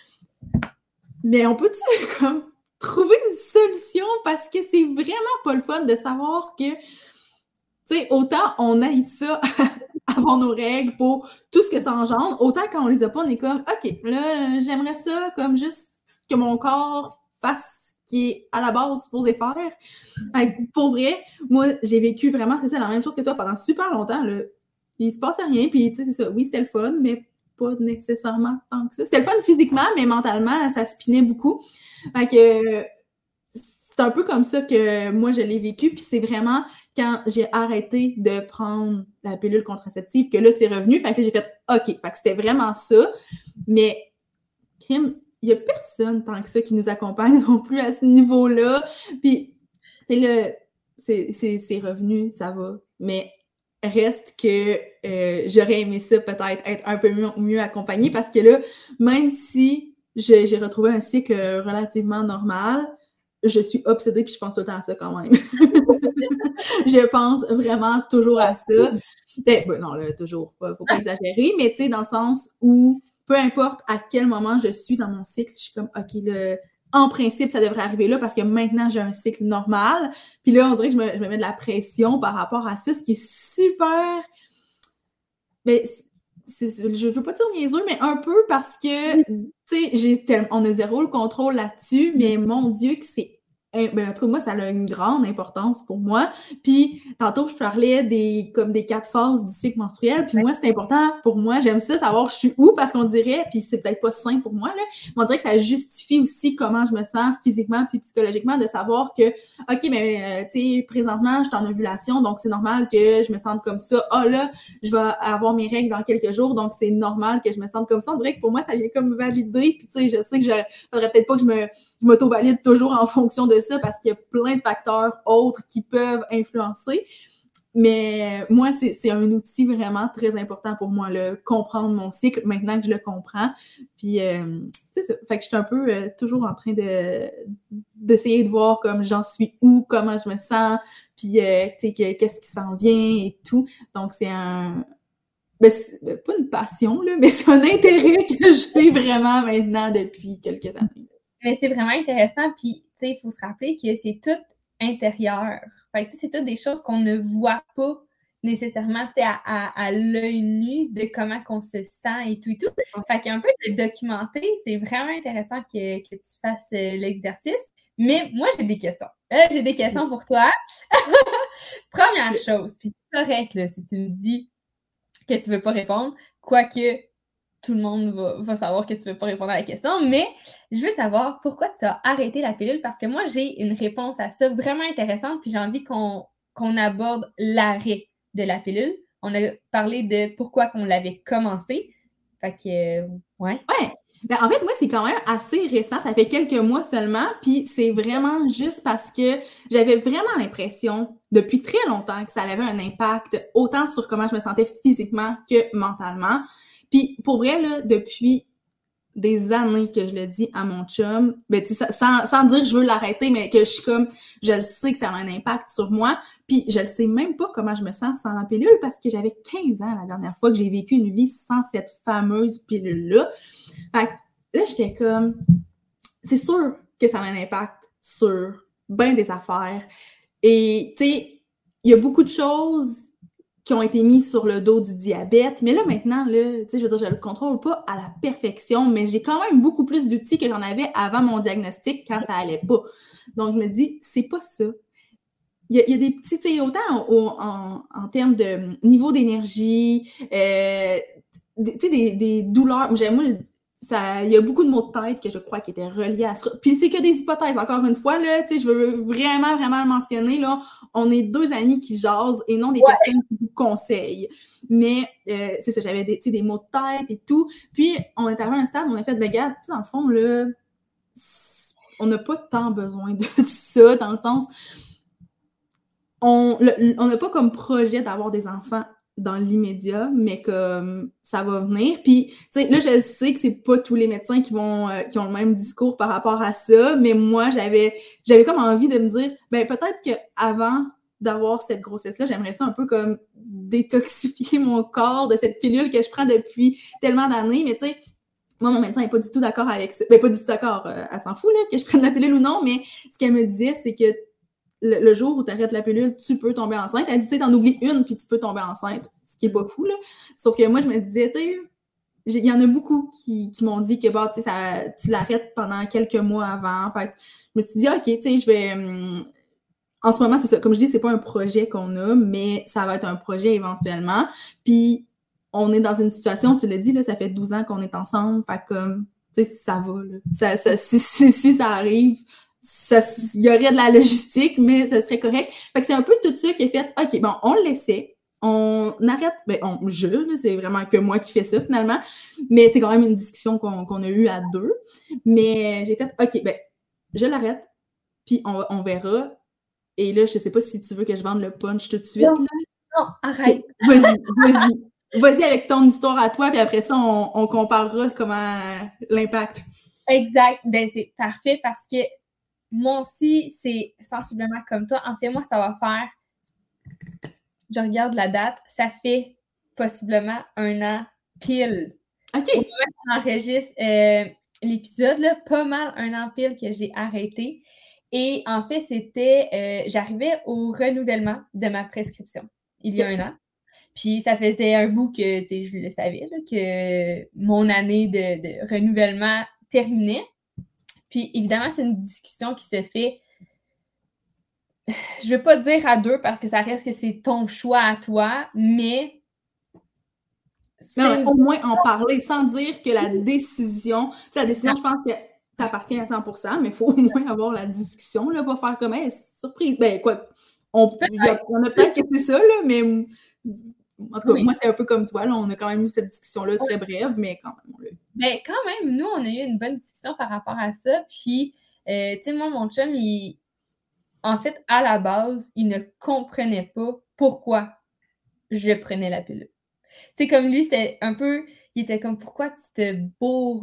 S1: mais on peut-tu comme trouver une solution parce que c'est vraiment pas le fun de savoir que, tu sais, autant on haït ça avoir nos règles pour tout ce que ça engendre, autant quand on les a pas, on est comme, OK, là, j'aimerais ça comme juste que mon corps fasse ce qui est à la base supposé faire. Pour vrai, moi, j'ai vécu vraiment, c'est ça, la même chose que toi pendant super longtemps, là. Il se passait rien, puis tu sais, c'est ça, oui, c'était le fun, mais pas nécessairement tant que ça. C'était le fun physiquement, mais mentalement, ça spinait beaucoup. Fait que c'est un peu comme ça que moi, je l'ai vécu, puis c'est vraiment quand j'ai arrêté de prendre la pilule contraceptive que là, c'est revenu. Fait que j'ai fait OK. Fait que c'était vraiment ça. Mais, Kim, il y a personne tant que ça qui nous accompagne non plus à ce niveau-là. Puis, c'est revenu, ça va. Mais reste que j'aurais aimé ça peut-être être un peu mieux accompagnée parce que là, même si j'ai retrouvé un cycle relativement normal, je suis obsédée puis je pense tout le temps à ça quand même. Je pense vraiment toujours à ça. Non, là, toujours, faut pas exagérer, mais tu sais, dans le sens où peu importe à quel moment je suis dans mon cycle, je suis comme, OK, là, en principe, ça devrait arriver là parce que maintenant, j'ai un cycle normal. Puis là, on dirait que je me mets de la pression par rapport à ça, ce qui est super... Mais je veux pas dire niaiseux, mais un peu parce que, tu sais, on a zéro le contrôle là-dessus, mais mon Dieu, que c'est ben, en tout cas, moi, ça a une grande importance pour moi. Puis, tantôt, je parlais des 4 phases du cycle menstruel. Puis moi, c'est important pour moi. J'aime ça, savoir je suis où, parce qu'on dirait, puis c'est peut-être pas sain pour moi, là, mais on dirait que ça justifie aussi comment je me sens physiquement puis psychologiquement, de savoir que, OK, mais, tu sais, présentement, je suis en ovulation, donc c'est normal que je me sente comme ça. Ah, là, je vais avoir mes règles dans quelques jours, donc c'est normal que je me sente comme ça. On dirait que pour moi, ça vient comme valider. Puis, tu sais, je sais que faudrait peut-être pas que je m'auto-valide toujours en fonction de ça, parce qu'il y a plein de facteurs autres qui peuvent influencer. Mais moi, c'est un outil vraiment très important pour moi, là, comprendre mon cycle maintenant que je le comprends. Puis, c'est ça. Fait que je suis un peu toujours en train d'essayer de voir comme j'en suis où, comment je me sens, puis, tu sais, qu'est-ce qui s'en vient et tout. Donc, c'est pas une passion, là, mais c'est un intérêt que j'ai vraiment maintenant depuis quelques années.
S2: Mais c'est vraiment intéressant, puis, tu sais, il faut se rappeler que c'est tout intérieur. Fait que, tu sais, c'est toutes des choses qu'on ne voit pas nécessairement, tu sais, à l'œil nu de comment qu'on se sent et tout et tout. Fait qu'un peu de documenter, c'est vraiment intéressant que tu fasses l'exercice. Mais moi, j'ai des questions. J'ai des questions pour toi. Première chose, puis c'est correct, là, si tu me dis que tu veux pas répondre, quoique tout le monde va savoir que tu veux pas répondre à la question, mais je veux savoir pourquoi tu as arrêté la pilule, parce que moi, j'ai une réponse à ça vraiment intéressante, puis j'ai envie qu'on aborde l'arrêt de la pilule. On a parlé de pourquoi qu'on l'avait commencé. Fait que, ouais.
S1: Ouais. Ben, en fait, moi, c'est quand même assez récent. Ça fait quelques mois seulement. Puis c'est vraiment juste parce que j'avais vraiment l'impression, depuis très longtemps, que ça avait un impact autant sur comment je me sentais physiquement que mentalement. Puis pour vrai, là, depuis des années que je le dis à mon chum, ben, tu sais, sans dire que je veux l'arrêter, mais que je suis comme, je le sais que ça a un impact sur moi. Puis je le sais même pas comment je me sens sans la pilule, parce que j'avais 15 ans la dernière fois que j'ai vécu une vie sans cette fameuse pilule-là. Fait que là, j'étais comme, c'est sûr que ça a un impact sur bien des affaires. Et, tu sais, il y a beaucoup de choses qui ont été mises sur le dos du diabète, mais là, maintenant, là, tu sais, je veux dire, je le contrôle pas à la perfection, mais j'ai quand même beaucoup plus d'outils que j'en avais avant mon diagnostic quand ça allait pas. Donc, je me dis, c'est pas ça. Il y a des petits, tu sais, autant en termes de niveau d'énergie, tu sais, des douleurs. Moi, il y a beaucoup de maux de tête que je crois qui étaient reliés à ça. Puis c'est que des hypothèses, encore une fois, là, tu sais, je veux vraiment, vraiment le mentionner, là, on est 2 amis qui jasent et non des personnes qui vous conseillent. Mais, c'est ça, j'avais des maux de tête et tout. Puis, on est arrivé à un stade où on a fait, ben, regarde, dans le fond, là, on n'a pas tant besoin de ça, dans le sens, on n'a pas comme projet d'avoir des enfants dans l'immédiat, mais comme ça va venir. Puis, tu sais, là, je sais que c'est pas tous les médecins qui ont le même discours par rapport à ça, mais moi, j'avais comme envie de me dire, ben peut-être qu'avant d'avoir cette grossesse-là, j'aimerais ça un peu comme détoxifier mon corps de cette pilule que je prends depuis tellement d'années, mais tu sais, moi, mon médecin n'est pas du tout d'accord avec ça. Ben, pas du tout d'accord, elle s'en fout, là, que je prenne la pilule ou non, mais ce qu'elle me disait, c'est que le jour où tu arrêtes la pilule, tu peux tomber enceinte. Elle dit, tu sais, t'en oublies une, puis tu peux tomber enceinte. Ce qui est pas fou, là. Sauf que moi, je me disais, tu sais, il y en a beaucoup qui m'ont dit que, bah, tu sais, tu l'arrêtes pendant quelques mois avant. Fait que je me suis dit, OK, tu sais, je vais... en ce moment, c'est ça. Comme je dis, c'est pas un projet qu'on a, mais ça va être un projet éventuellement. Puis, on est dans une situation, tu l'as dit, là, ça fait 12 ans qu'on est ensemble. Fait comme, tu sais, ça va, là. Si ça arrive... il y aurait de la logistique, mais ça serait correct. Fait que c'est un peu tout ça qui est fait. OK, bon, on le laissait. On arrête. Ben, c'est vraiment que moi qui fais ça, finalement. Mais c'est quand même une discussion qu'on a eue à 2. Mais j'ai fait, OK, ben, je l'arrête. Puis on verra. Et là, je sais pas si tu veux que je vende le punch tout de suite.
S2: Non,
S1: là.
S2: Non, arrête.
S1: Okay, vas-y. Vas-y avec ton histoire à toi, puis après ça, on comparera comment l'impact.
S2: Exact. Ben, c'est parfait parce que moi aussi, c'est sensiblement comme toi. En fait, moi, ça va faire... Je regarde la date. Ça fait possiblement 1 an pile.
S1: OK.
S2: Au moment qu'on enregistre l'épisode, là, pas mal 1 an pile que j'ai arrêté. Et en fait, c'était... j'arrivais au renouvellement de ma prescription il y a 1 an. Puis ça faisait un bout que, tu sais, je le savais, là, que mon année de renouvellement terminait. Puis évidemment, c'est une discussion qui se fait, je veux pas dire à deux parce que ça reste que c'est ton choix à toi, mais
S1: non, au moins en parler sans dire que la décision, la décision, je pense que t'appartient à 100%, mais il faut au moins avoir la discussion, là, pas faire comme surprise. Ben, quoi, on a peut-être que c'est ça, là, mais en tout cas, moi, c'est un peu comme toi, là, on a quand même eu cette discussion-là très brève, mais quand même,
S2: ben, quand même, nous, on a eu une bonne discussion par rapport à ça, puis, tu sais, moi, mon chum, en fait, à la base, il ne comprenait pas pourquoi je prenais la pilule. Tu sais, comme lui, c'était un peu, il était comme, pourquoi tu te bourres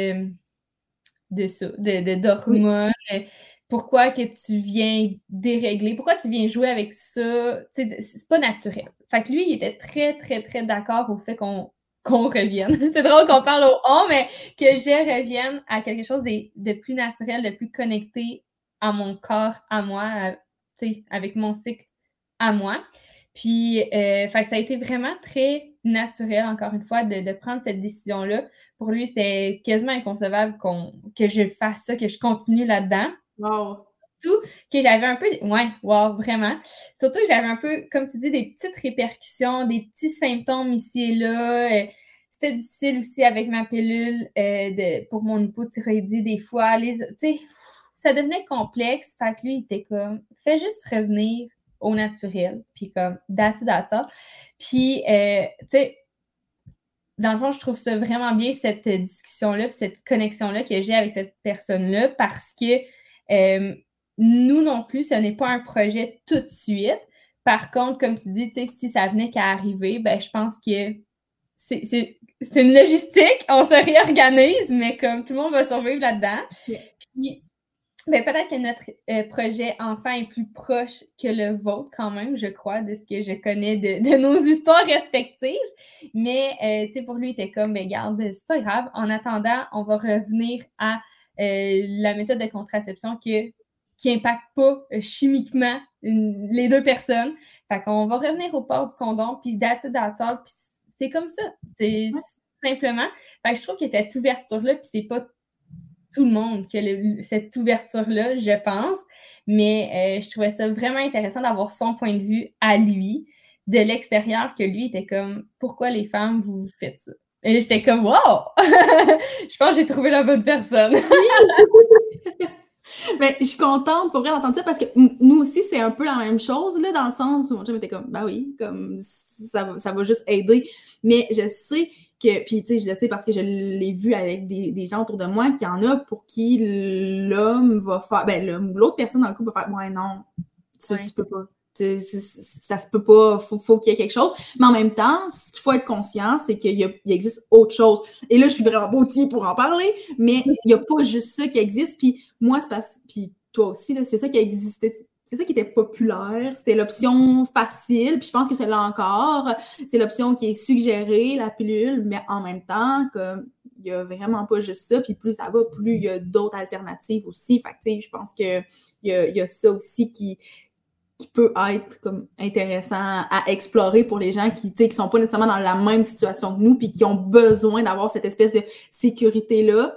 S2: de ça, d'hormones, pourquoi que tu viens dérégler, pourquoi tu viens jouer avec ça, tu sais, c'est pas naturel. Fait que lui, il était très, très, très d'accord au fait qu'on revienne. C'est drôle qu'on parle au « on », mais que je revienne à quelque chose de plus naturel, de plus connecté à mon corps, à moi, tu sais, avec mon cycle à moi. Puis, fait que ça a été vraiment très naturel, encore une fois, de prendre cette décision-là. Pour lui, c'était quasiment inconcevable que je fasse ça, que je continue là-dedans.
S1: Wow!
S2: Surtout que j'avais un peu... Ouais, wow, vraiment. Surtout que j'avais un peu, comme tu dis, des petites répercussions, des petits symptômes ici et là. C'était difficile aussi avec ma pilule pour mon hypothyroïdie des fois. Tu sais, ça devenait complexe. Fait que lui, il était comme, fais juste revenir au naturel, puis comme data. Puis, tu sais, dans le fond, je trouve ça vraiment bien, cette discussion-là, puis cette connexion-là que j'ai avec cette personne-là, parce que nous non plus, ce n'est pas un projet tout de suite. Par contre, comme tu dis, tu sais, si ça venait qu'à arriver, ben je pense que c'est une logistique, on se réorganise, mais comme tout le monde va survivre là-dedans. Puis, ben, peut-être que notre projet enfant est plus proche que le vôtre quand même, je crois, de ce que je connais de nos histoires respectives. Mais, tu sais, pour lui, il était comme, ben, garde, c'est pas grave. En attendant, on va revenir à la méthode de contraception qui impacte pas chimiquement les deux personnes. Fait qu'on va revenir au port du condom, puis puis c'est comme ça. C'est simplement. Fait que je trouve que cette ouverture-là, puis c'est pas tout le monde qui a cette ouverture-là, je pense. Mais je trouvais ça vraiment intéressant d'avoir son point de vue à lui, de l'extérieur, que lui était comme « Pourquoi les femmes, vous faites ça? » Et j'étais comme « Wow! » Je pense que j'ai trouvé la bonne personne.
S1: Mais je suis contente pour vrai d'entendre ça parce que nous aussi, c'est un peu la même chose, là, dans le sens où mon chum était comme, ben oui, comme ça va juste aider. Mais je sais que, puis tu sais, je le sais parce que je l'ai vu avec des gens autour de moi, qu'il y en a pour qui l'homme va faire, ben l'autre personne dans le couple va faire, ouais, non, tu peux pas. Ça se peut pas, faut qu'il y ait quelque chose. Mais en même temps, ce qu'il faut être conscient, c'est qu'il existe autre chose. Et là, je suis vraiment pas outillée pour en parler, mais il y a pas juste ça qui existe. Puis moi, c'est parce... Puis toi aussi, là, c'est ça qui existait. C'est ça qui était populaire. C'était l'option facile. Puis je pense que c'est là encore. C'est l'option qui est suggérée, la pilule. Mais en même temps, comme il y a vraiment pas juste ça. Puis plus ça va, plus il y a d'autres alternatives aussi. Fait que, tu sais, je pense que il y a ça aussi qui peut être comme intéressant à explorer pour les gens qui sont pas nécessairement dans la même situation que nous puis qui ont besoin d'avoir cette espèce de sécurité-là,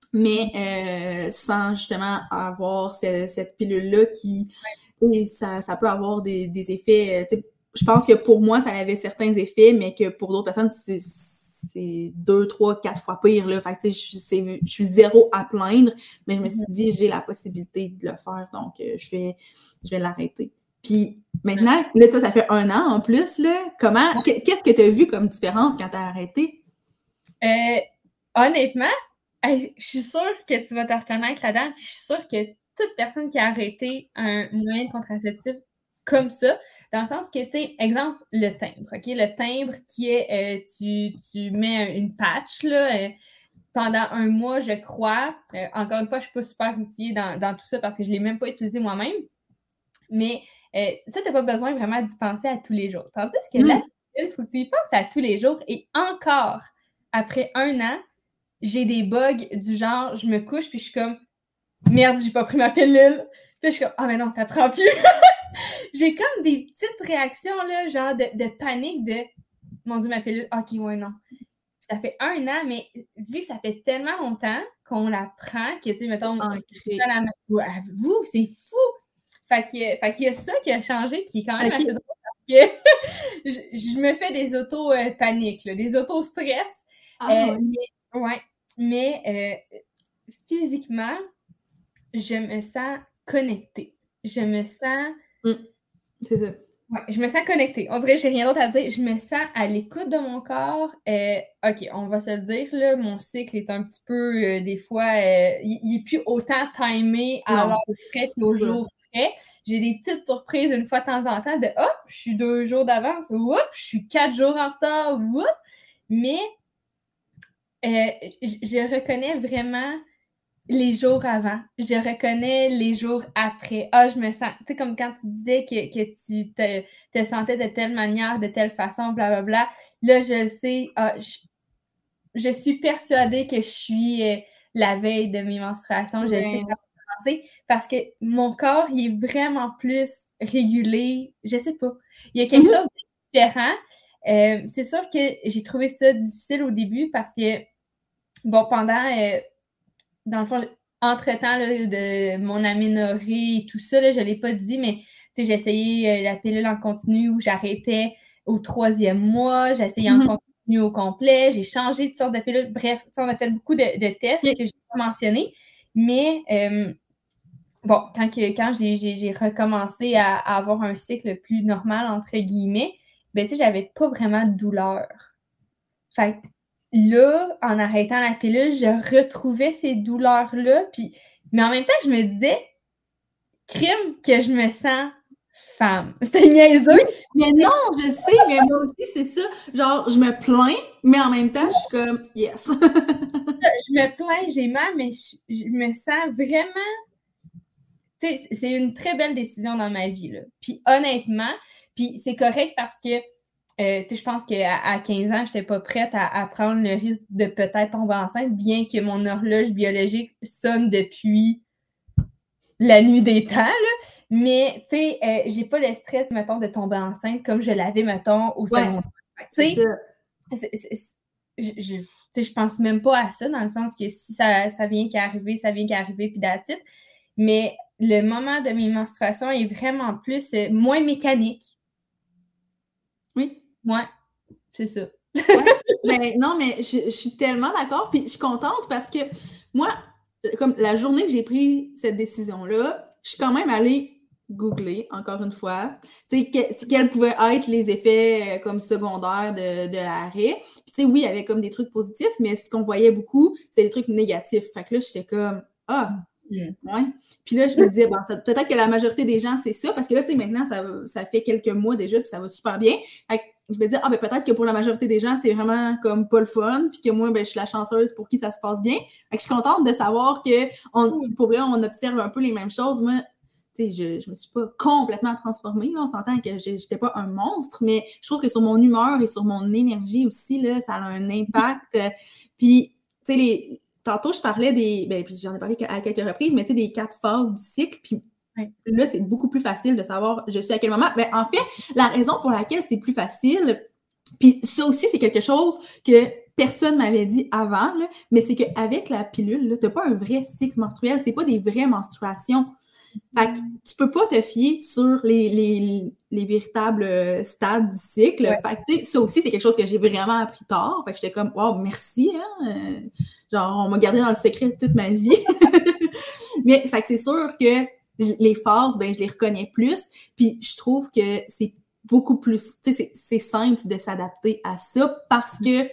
S1: mais sans justement avoir cette pilule-là qui... Ça peut avoir des effets... je pense que pour moi, ça avait certains effets, mais que pour d'autres personnes, c'est 2, 3, 4 fois pire, là. Fait que, je suis zéro à plaindre, mais je me suis dit, j'ai la possibilité de le faire, donc je vais l'arrêter. Puis maintenant, là, toi, ça fait 1 an en plus, là. Qu'est-ce que tu as vu comme différence quand tu as arrêté?
S2: Honnêtement, je suis sûre que tu vas te reconnaître là-dedans. Je suis sûre que toute personne qui a arrêté un moyen de contraceptif comme ça, dans le sens que, tu sais, exemple, le timbre, OK? Le timbre qui est, tu mets une patch, là, pendant 1 mois, je crois. Encore une fois, je ne suis pas super outillée dans tout ça parce que je ne l'ai même pas utilisé moi-même. Mais ça, tu n'as pas besoin vraiment d'y penser à tous les jours. Tandis que là, il faut que tu y penses à tous les jours. Et encore, après 1 an, j'ai des bugs du genre, je me couche puis je suis comme, merde, j'ai pas pris ma pilule. Puis je suis comme, ah mais non, t'apprends plus. j'ai comme des petites réactions, là, genre de panique de « Mon Dieu, ma pilule, ok, ouais, non. » Ça fait 1 an, mais vu que ça fait tellement longtemps qu'on la prend, que, tu sais, mettons, vous, c'est fou! Fait qu'il y a ça qui a changé, qui est quand même assez drôle, parce que je me fais des auto-paniques, des auto-stress. Mais physiquement, je me sens connectée. Je me sens...
S1: C'est ça.
S2: Ouais, je me sens connectée. On dirait que j'ai rien d'autre à dire. Je me sens à l'écoute de mon corps. OK, on va se le dire, là, mon cycle est un petit peu, des fois, il n'est plus autant timé à l'heure près et au jour près. J'ai des petites surprises une fois de temps en temps de « Oh, je suis 2 jours d'avance. Oups, je suis 4 jours en retard. Oups! » Mais je reconnais vraiment les jours avant. Je reconnais les jours après. Ah, je me sens... Tu sais, comme quand tu disais que tu te sentais de telle manière, de telle façon, blablabla. Là, je sais... Ah, je suis persuadée que je suis la veille de mes menstruations. Je sais que ça va commencer parce que mon corps, il est vraiment plus régulé. Je sais pas. Il y a quelque chose de différent. C'est sûr que j'ai trouvé ça difficile au début parce que, bon, pendant... dans le fond, entre-temps là, de mon aménorrhée et tout ça, là, je ne l'ai pas dit, mais j'ai essayé la pilule en continu où j'arrêtais au 3e mois, j'ai essayé en continu au complet, j'ai changé de sorte de pilule. Bref, on a fait beaucoup de tests que je n'ai pas mentionnés. Mais bon, quand j'ai recommencé à avoir un cycle plus normal, entre guillemets, ben tu sais, j'avais pas vraiment de douleur. Fait que là, en arrêtant la pilule, je retrouvais ces douleurs-là. Mais en même temps, je me disais, crime que je me sens femme. C'était niaiseux.
S1: Mais non, je sais, mais moi aussi, c'est ça. Genre, je me plains, mais en même temps, je suis comme, yes.
S2: Je me plains, j'ai mal, mais je me sens vraiment... Tu sais, c'est une très belle décision dans ma vie, là. Puis honnêtement, puis c'est correct parce que je pense qu'à 15 ans, je n'étais pas prête à prendre le risque de peut-être tomber enceinte, bien que mon horloge biologique sonne depuis la nuit des temps, là. Mais, tu sais, j'ai pas le stress, mettons, de tomber enceinte comme je l'avais, mettons, au secondaire. Tu sais, je pense même pas à ça, dans le sens que si ça vient qu'à arriver, ça vient qu'à arriver, puis that's it. Mais le moment de mes menstruations est vraiment plus, moins mécanique.
S1: Oui.
S2: Ouais, c'est ça.
S1: Mais non, mais je suis tellement d'accord, puis je suis contente parce que moi, comme la journée que j'ai pris cette décision-là, je suis quand même allée googler, encore une fois, tu sais, quels pouvaient être les effets comme secondaires de l'arrêt. Puis tu sais, oui, il y avait comme des trucs positifs, mais ce qu'on voyait beaucoup, c'est des trucs négatifs. Fait que là, j'étais comme, ouais. Puis là, je me disais, bon, peut-être que la majorité des gens, c'est ça, parce que là, tu sais, maintenant, ça fait quelques mois déjà, puis ça va super bien. Fait que je me disais, ben peut-être que pour la majorité des gens, c'est vraiment comme pas le fun, puis que moi, ben je suis la chanceuse pour qui ça se passe bien. Fait que je suis contente de savoir que, pour vrai, on observe un peu les mêmes choses. Moi, tu sais, je me suis pas complètement transformée, là. On s'entend que j'étais pas un monstre, mais je trouve que sur mon humeur et sur mon énergie aussi, là, ça a un impact. Puis, tu sais, tantôt, je parlais puis j'en ai parlé à quelques reprises, mais tu sais, des 4 phases du cycle, puis là, c'est beaucoup plus facile de savoir je suis à quel moment. Ben, en fait, la raison pour laquelle c'est plus facile, puis ça aussi, c'est quelque chose que personne m'avait dit avant, là, mais c'est qu'avec la pilule, tu n'as pas un vrai cycle menstruel, c'est pas des vraies menstruations. Fait que tu peux pas te fier sur les véritables stades du cycle.
S2: Ouais.
S1: Fait que, ça aussi, c'est quelque chose que j'ai vraiment appris tard. Fait que j'étais comme, wow, merci, hein? Genre, on m'a gardé dans le secret toute ma vie. Mais, fait que c'est sûr que les phases, ben, je les reconnais plus. Puis, je trouve que c'est beaucoup plus, tu sais, c'est simple de s'adapter à ça parce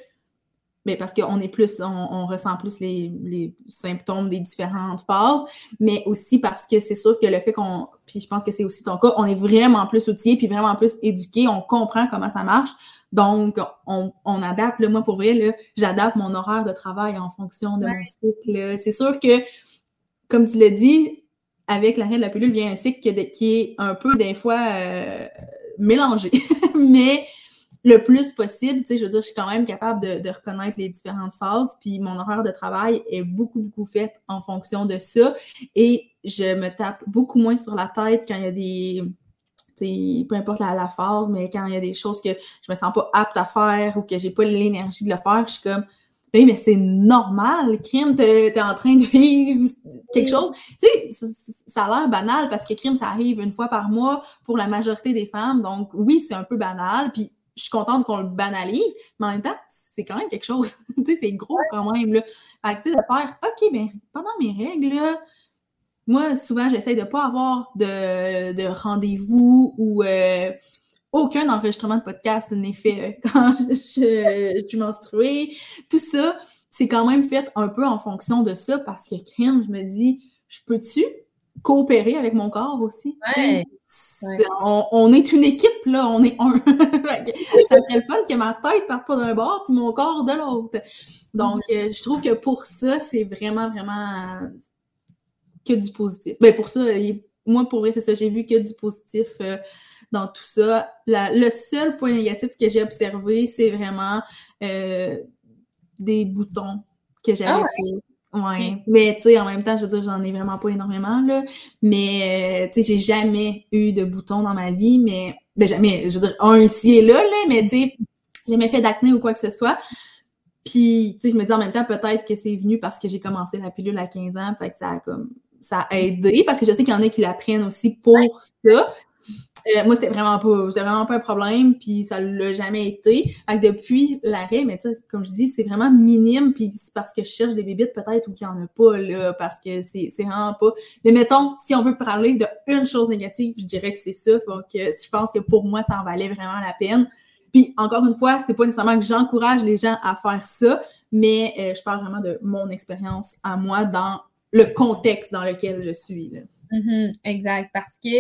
S1: qu'on est plus, on ressent plus les symptômes des différentes phases, mais aussi parce que c'est sûr que le fait puis je pense que c'est aussi ton cas, on est vraiment plus outillé puis vraiment plus éduqué, on comprend comment ça marche, donc on adapte, là, moi pour vrai, là, j'adapte mon horaire de travail en fonction de mon cycle. C'est sûr que, comme tu l'as dit, avec l'arrêt de la pilule vient un cycle qui est un peu des fois mélangé, mais le plus possible, tu sais, je veux dire, je suis quand même capable de reconnaître les différentes phases, puis mon horaire de travail est beaucoup, beaucoup fait en fonction de ça, et je me tape beaucoup moins sur la tête quand il y a peu importe la phase, mais quand il y a des choses que je me sens pas apte à faire ou que j'ai pas l'énergie de le faire, je suis comme, ben, mais c'est normal, crime, t'es en train de vivre quelque chose. Tu sais, ça a l'air banal parce que crime, ça arrive une fois par mois pour la majorité des femmes. Donc, oui, c'est un peu banal. Puis, je suis contente qu'on le banalise, mais en même temps, c'est quand même quelque chose. Tu sais, c'est gros quand même, là. Fait que, tu sais, de faire, OK, ben, pendant mes règles, là, moi, souvent, j'essaie de pas avoir de rendez-vous ou aucun enregistrement de podcast n'est fait quand je suis menstruée. Tout ça, c'est quand même fait un peu en fonction de ça parce que, crème, je me dis, je peux-tu coopérer avec mon corps aussi?
S2: Ouais.
S1: On est une équipe, là, on est un. Ça serait le fun que ma tête parte pas d'un bord puis mon corps de l'autre. Donc, je trouve que pour ça, c'est vraiment, vraiment que du positif. Ben pour ça, moi, pour vrai, c'est ça, j'ai vu que du positif dans tout ça. Le seul point négatif que j'ai observé, c'est vraiment des boutons que j'avais pas. Ouais. Mais tu sais, en même temps, je veux dire, j'en ai vraiment pas énormément, là. Mais tu sais, j'ai jamais eu de boutons dans ma vie, mais ben jamais, je veux dire, un ici et là, mais tu sais, j'ai jamais fait d'acné ou quoi que ce soit. Puis, tu sais, je me dis en même temps, peut-être que c'est venu parce que j'ai commencé la pilule à 15 ans, fait que ça a aidé, parce que je sais qu'il y en a qui la prennent aussi pour ça. Moi, c'était vraiment pas un problème, puis ça l'a jamais été. Fait que depuis l'arrêt, mais tu sais, comme je dis, c'est vraiment minime, puis c'est parce que je cherche des bébites peut-être ou qu'il y en a pas, là, parce que c'est vraiment pas... Mais mettons, si on veut parler de une chose négative, je dirais que c'est ça, donc je pense que pour moi, ça en valait vraiment la peine. Puis, encore une fois, c'est pas nécessairement que j'encourage les gens à faire ça, mais je parle vraiment de mon expérience à moi dans le contexte dans lequel je suis, là.
S2: Exact, parce que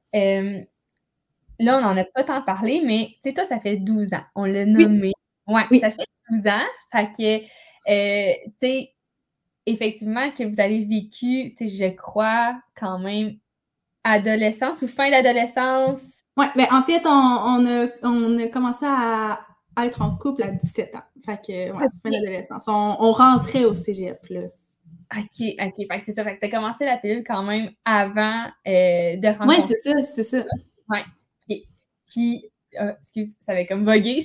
S2: là, on n'en a pas tant parlé, mais tu sais, toi, ça fait 12 ans. On l'a nommé. Oui. Ça fait 12 ans. Fait que, tu sais, effectivement, que vous avez vécu, tu sais, je crois, quand même, adolescence ou fin d'adolescence.
S1: Oui, mais en fait, on a commencé à être en couple à 17 ans. Fait que, fin d'adolescence. On rentrait au cégep, là.
S2: OK. Fait que c'est ça. Fait que t'as commencé la pilule quand même avant de rencontrer.
S1: Oui, c'est ça.
S2: Oui. OK. Puis, excuse, ça avait comme bugué.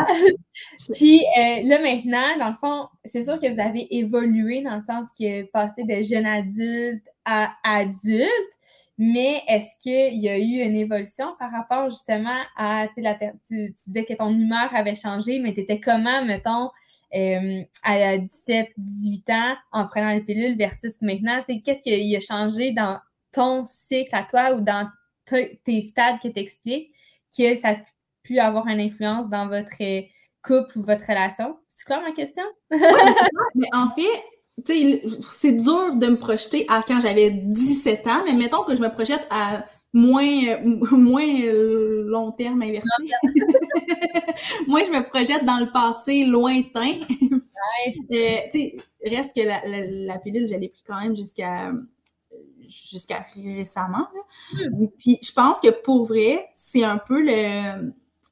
S2: Puis là, maintenant, dans le fond, c'est sûr que vous avez évolué dans le sens que passé de jeune adulte à adulte, mais est-ce qu'il y a eu une évolution par rapport justement à, tu disais que ton humeur avait changé, mais tu étais comment, mettons, à 17, 18 ans en prenant les pilules versus maintenant? Qu'est-ce qui a changé dans ton cycle à toi ou dans tes stades que tu expliques que ça a pu avoir une influence dans votre couple ou votre relation? C'est clair ma question?
S1: Oui, mais en fait, tu sais, c'est dur de me projeter à quand j'avais 17 ans, mais mettons que je me projette à moins long terme inversé. Moi, je me projette dans le passé lointain. Tu sais, reste que la pilule, je l'ai pris quand même jusqu'à récemment. Puis je pense que pour vrai, c'est un peu le...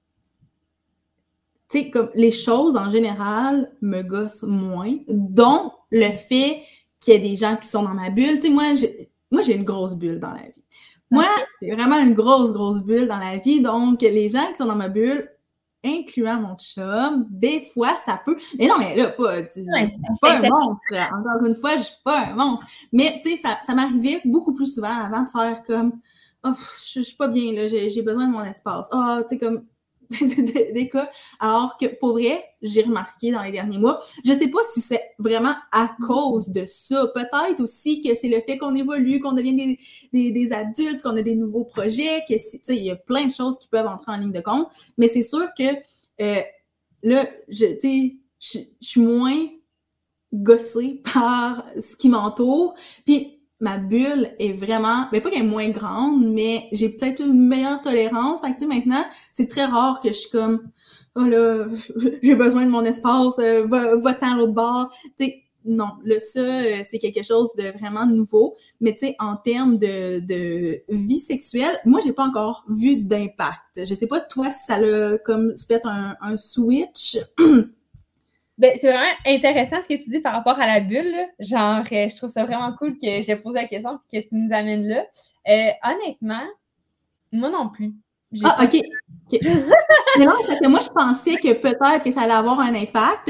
S1: Tu sais, comme les choses en général me gossent moins, dont le fait qu'il y ait des gens qui sont dans ma bulle. Tu sais, moi, j'ai une grosse bulle dans la vie. Moi, j'ai vraiment une grosse bulle dans la vie. Donc, les gens qui sont dans ma bulle, incluant mon chum, des fois, ça peut... Mais non, mais là, je suis pas un monstre. Encore une fois, je suis pas un monstre. Mais, tu sais, ça m'arrivait beaucoup plus souvent avant de faire comme « Oh, je suis pas bien, là, j'ai besoin de mon espace. » Oh, tu sais, comme... des cas, alors que pour vrai, j'ai remarqué dans les derniers mois, je sais pas si c'est vraiment à cause de ça, peut-être aussi que c'est le fait qu'on évolue, qu'on devient des adultes, qu'on a des nouveaux projets, que tu sais, il y a plein de choses qui peuvent entrer en ligne de compte, mais c'est sûr que là, je suis moins gossée par ce qui m'entoure, puis ma bulle est vraiment, ben pas qu'elle est moins grande, mais j'ai peut-être une meilleure tolérance. Fait que tu sais, maintenant, c'est très rare que je suis comme, oh là, j'ai besoin de mon espace, va-t'en à l'autre bord. Tu sais, non, là, ça, c'est quelque chose de vraiment nouveau. Mais tu sais, en termes de vie sexuelle, moi, j'ai pas encore vu d'impact. Je sais pas, toi, si ça l'a comme fait un switch.
S2: Ben, c'est vraiment intéressant ce que tu dis par rapport à la bulle, là. Genre, je trouve ça vraiment cool que j'ai posé la question et que tu nous amènes là. Honnêtement, moi non plus.
S1: Ah, OK. Mais non, parce que moi, je pensais que peut-être que ça allait avoir un impact.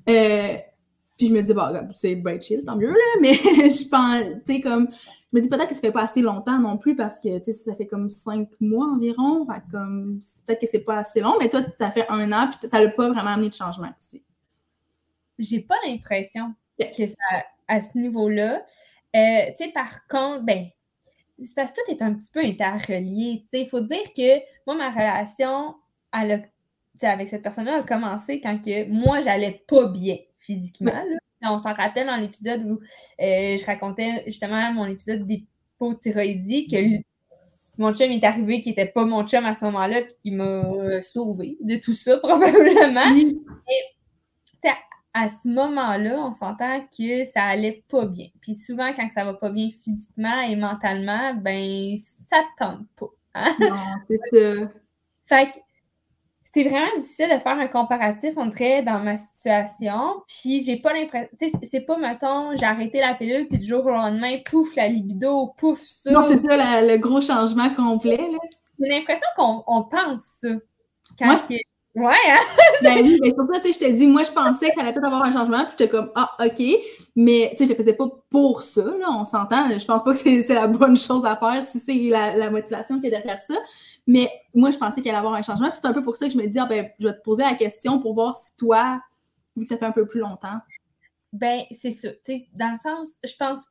S1: Puis je me dis, bah, c'est bien chill, tant mieux, là. Mais je pense, tu sais, comme, je me dis peut-être que ça fait pas assez longtemps non plus parce que, tu sais, ça fait comme 5 mois environ. Fait comme, peut-être que c'est pas assez long, mais toi, ça fait 1 an, puis ça l'a pas vraiment amené de changement, tu dis.
S2: J'ai pas l'impression que ça, à ce niveau-là. Tu sais, par contre, c'est parce que tout est un petit peu interrelié. Tu sais, il faut dire que moi, ma relation avec cette personne-là a commencé quand que moi, j'allais pas bien physiquement. Là. On s'en rappelle dans l'épisode où je racontais justement mon épisode d'hypothyroïdie que mon chum est arrivé qui était pas mon chum à ce moment-là puis qui m'a sauvé de tout ça, probablement.
S1: Oui.
S2: Et à ce moment-là, on s'entend que ça allait pas bien. Puis souvent, quand ça va pas bien physiquement et mentalement, ben, ça te tente pas. Hein?
S1: Non, c'est ça.
S2: Fait que c'est vraiment difficile de faire un comparatif, on dirait, dans ma situation. Puis j'ai pas l'impression... Tu sais, c'est pas, mettons, j'ai arrêté la pilule, puis du jour au lendemain, pouf, la libido, pouf, ça.
S1: Non, c'est ça, le gros changement complet, là.
S2: J'ai l'impression qu'on pense ça.
S1: Ouais.
S2: Ouais, hein?
S1: Ben oui, mais c'est pour ça, tu sais, je te dis, moi, je pensais que ça allait peut-être avoir un changement, puis j'étais comme, ah, OK, mais, tu sais, je le faisais pas pour ça, là, on s'entend, je pense pas que c'est la bonne chose à faire si c'est la motivation qui est derrière ça, mais moi, je pensais qu'il allait avoir un changement, puis c'est un peu pour ça que je me dis, ah, ben, je vais te poser la question pour voir si toi, vu que ça fait un peu plus longtemps.
S2: Ben, c'est ça, tu sais, dans le sens, je pense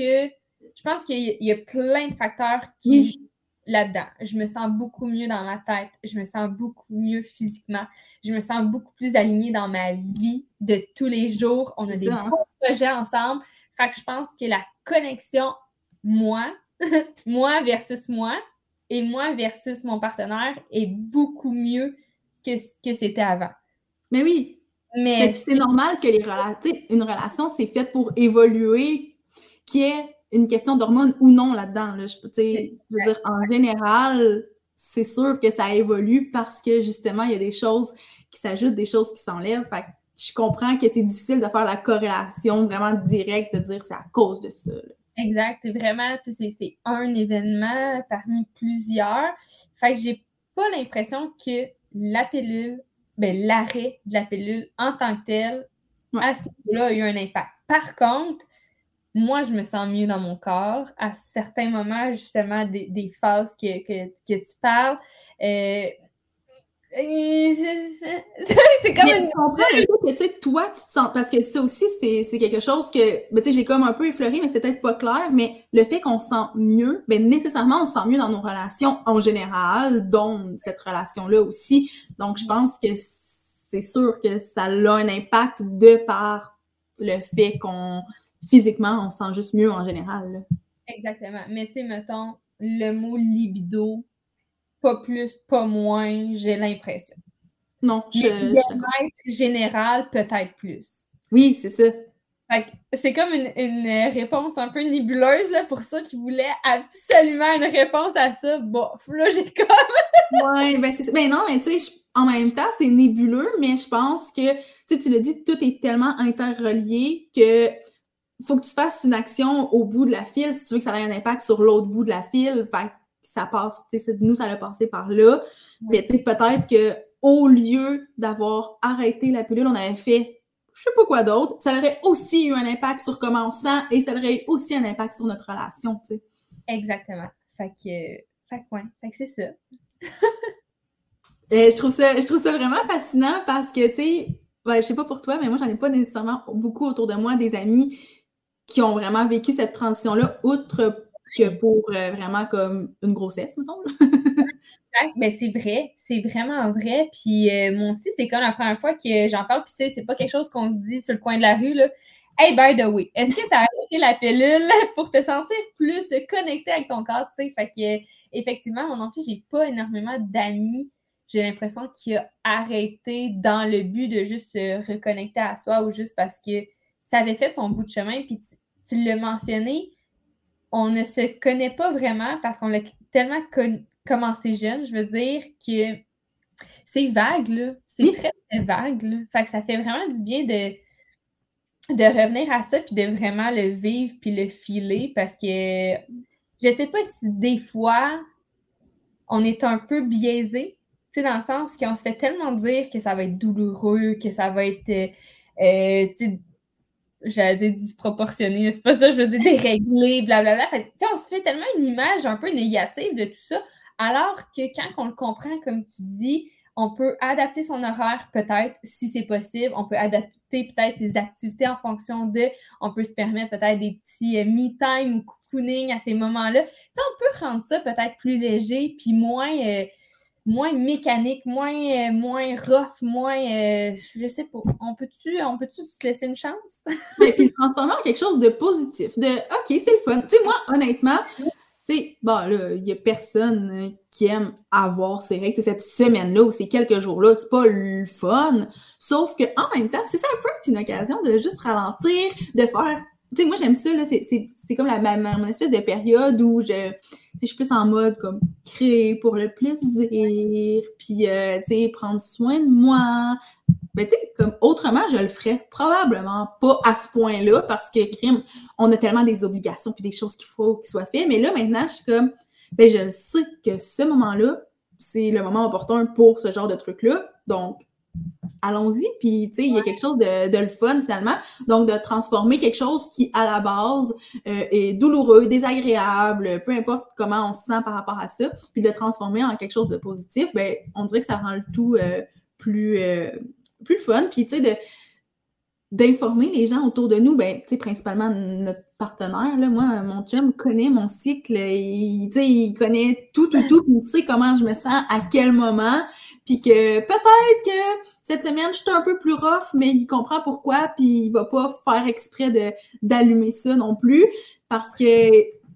S2: qu'il y a plein de facteurs qui jouent là-dedans. Je me sens beaucoup mieux dans ma tête, je me sens beaucoup mieux physiquement, je me sens beaucoup plus alignée dans ma vie de tous les jours. On a des bons projets ensemble. Fait que je pense que la connexion, moi, moi versus moi, et moi versus mon partenaire est beaucoup mieux que ce que c'était avant.
S1: Mais oui. Mais c'est normal que une relation, c'est faite pour évoluer, qu'il y ait une question d'hormones ou non là-dedans. Là. Je veux dire, en général, c'est sûr que ça évolue parce que justement, il y a des choses qui s'ajoutent, des choses qui s'enlèvent. Fait que je comprends que c'est difficile de faire la corrélation vraiment directe, de dire c'est à cause de ça. Là.
S2: Exact. C'est vraiment, c'est un événement parmi plusieurs. Fait que j'ai pas l'impression que la pilule, l'arrêt de la pilule en tant que tel, à ce niveau-là, a eu un impact. Par contre, moi, je me sens mieux dans mon corps. À certains moments, justement, des phases que tu parles, c'est comme
S1: mais je comprends le fait que, tu sais, toi, tu te sens... Parce que ça aussi, c'est quelque chose que, tu sais, j'ai comme un peu effleuré, mais c'est peut-être pas clair, mais le fait qu'on se sent mieux, nécessairement, on se sent mieux dans nos relations en général, dont cette relation-là aussi. Donc, je pense que c'est sûr que ça a un impact de par le fait qu'on, physiquement, on se sent juste mieux en général. Là.
S2: Exactement. Mais, tu sais, mettons, le mot libido, pas plus, pas moins, j'ai l'impression.
S1: Non,
S2: bien-être général, peut-être plus.
S1: Oui, c'est ça.
S2: Fait que c'est comme une réponse un peu nébuleuse là, pour ceux qui voulaient absolument une réponse à ça. Bof, là, j'ai comme...
S1: Ouais, ben c'est ça. Ben non, mais tu sais, en même temps, c'est nébuleux, mais je pense que, tu l'as dit, tout est tellement interrelié que faut que tu fasses une action au bout de la file si tu veux que ça ait un impact sur l'autre bout de la file. Fait que ça passe, tu sais, nous, ça l'a passé par là. Mais tu sais, peut-être que au lieu d'avoir arrêté la pilule, on avait fait je sais pas quoi d'autre, ça aurait aussi eu un impact sur comment on se sent et ça aurait eu aussi un impact sur notre relation, tu sais.
S2: Exactement. Fait que c'est ça.
S1: Je trouve ça vraiment fascinant parce que, tu sais, je sais pas pour toi, mais moi, j'en ai pas nécessairement beaucoup autour de moi des amis qui ont vraiment vécu cette transition-là, outre que pour vraiment comme une grossesse, mettons.
S2: Ben, c'est vraiment vrai. Puis moi aussi, c'est comme la première fois que j'en parle, puis c'est pas quelque chose qu'on se dit sur le coin de la rue, là. Hey, by the way, est-ce que tu as arrêté la pilule pour te sentir plus connecté avec ton corps, tu sais? Fait que, effectivement, moi non plus, j'ai pas énormément d'amis, j'ai l'impression qu'il a arrêté dans le but de juste se reconnecter à soi ou juste parce que ça avait fait son bout de chemin. Puis tu l'as mentionné, on ne se connaît pas vraiment parce qu'on l'a tellement commencé jeune, je veux dire que c'est vague, là. C'est très, très vague, là. Fait que ça fait vraiment du bien de revenir à ça puis de vraiment le vivre puis le filer parce que je sais pas si des fois on est un peu biaisé, tu sais, dans le sens qu'on se fait tellement dire que ça va être douloureux, que ça va être, tu sais, j'allais dire disproportionné, c'est pas ça, je veux dire déréglé, blablabla. Fait, tu sais, on se fait tellement une image un peu négative de tout ça, alors que quand on le comprend, comme tu dis, on peut adapter son horaire peut-être, si c'est possible, on peut adapter peut-être ses activités en fonction de, on peut se permettre peut-être des petits me-time ou cocooning à ces moments-là. Tu sais, on peut rendre ça peut-être plus léger, puis moins mécanique, moins rough, je sais pas. On peut-tu se laisser une chance?
S1: Et puis le transformer en quelque chose de positif, de OK, c'est le fun. Tu sais, moi, honnêtement, tu sais, bon, là, il y a personne qui aime avoir ses règles. Cette semaine-là ou ces quelques jours-là, c'est pas le fun. Sauf que en même temps, si ça peut être une occasion de juste ralentir, de faire. Tu sais, moi, j'aime ça, là. C'est comme mon espèce de période où je suis plus en mode comme créer pour le plaisir, puis, tu sais, prendre soin de moi. Mais tu sais, comme autrement, je le ferais probablement pas à ce point-là parce que crime, on a tellement des obligations puis des choses qu'il faut qu'ils soient faites. Mais là, maintenant, je suis comme, ben je sais que ce moment-là, c'est le moment opportun pour ce genre de truc-là. Donc, allons-y. Puis, tu sais, il y a quelque chose de le fun, finalement. Donc, de transformer quelque chose qui, à la base, est douloureux, désagréable, peu importe comment on se sent par rapport à ça, puis de le transformer en quelque chose de positif, ben on dirait que ça rend le tout plus le fun. Puis, tu sais, d'informer les gens autour de nous, ben, tu sais, principalement notre partenaire, là, moi, mon chum connaît mon cycle, il connaît tout, puis il sait comment je me sens, à quel moment, puis que peut-être que cette semaine, je suis un peu plus rough, mais il comprend pourquoi, puis il va pas faire exprès d'allumer ça non plus, parce que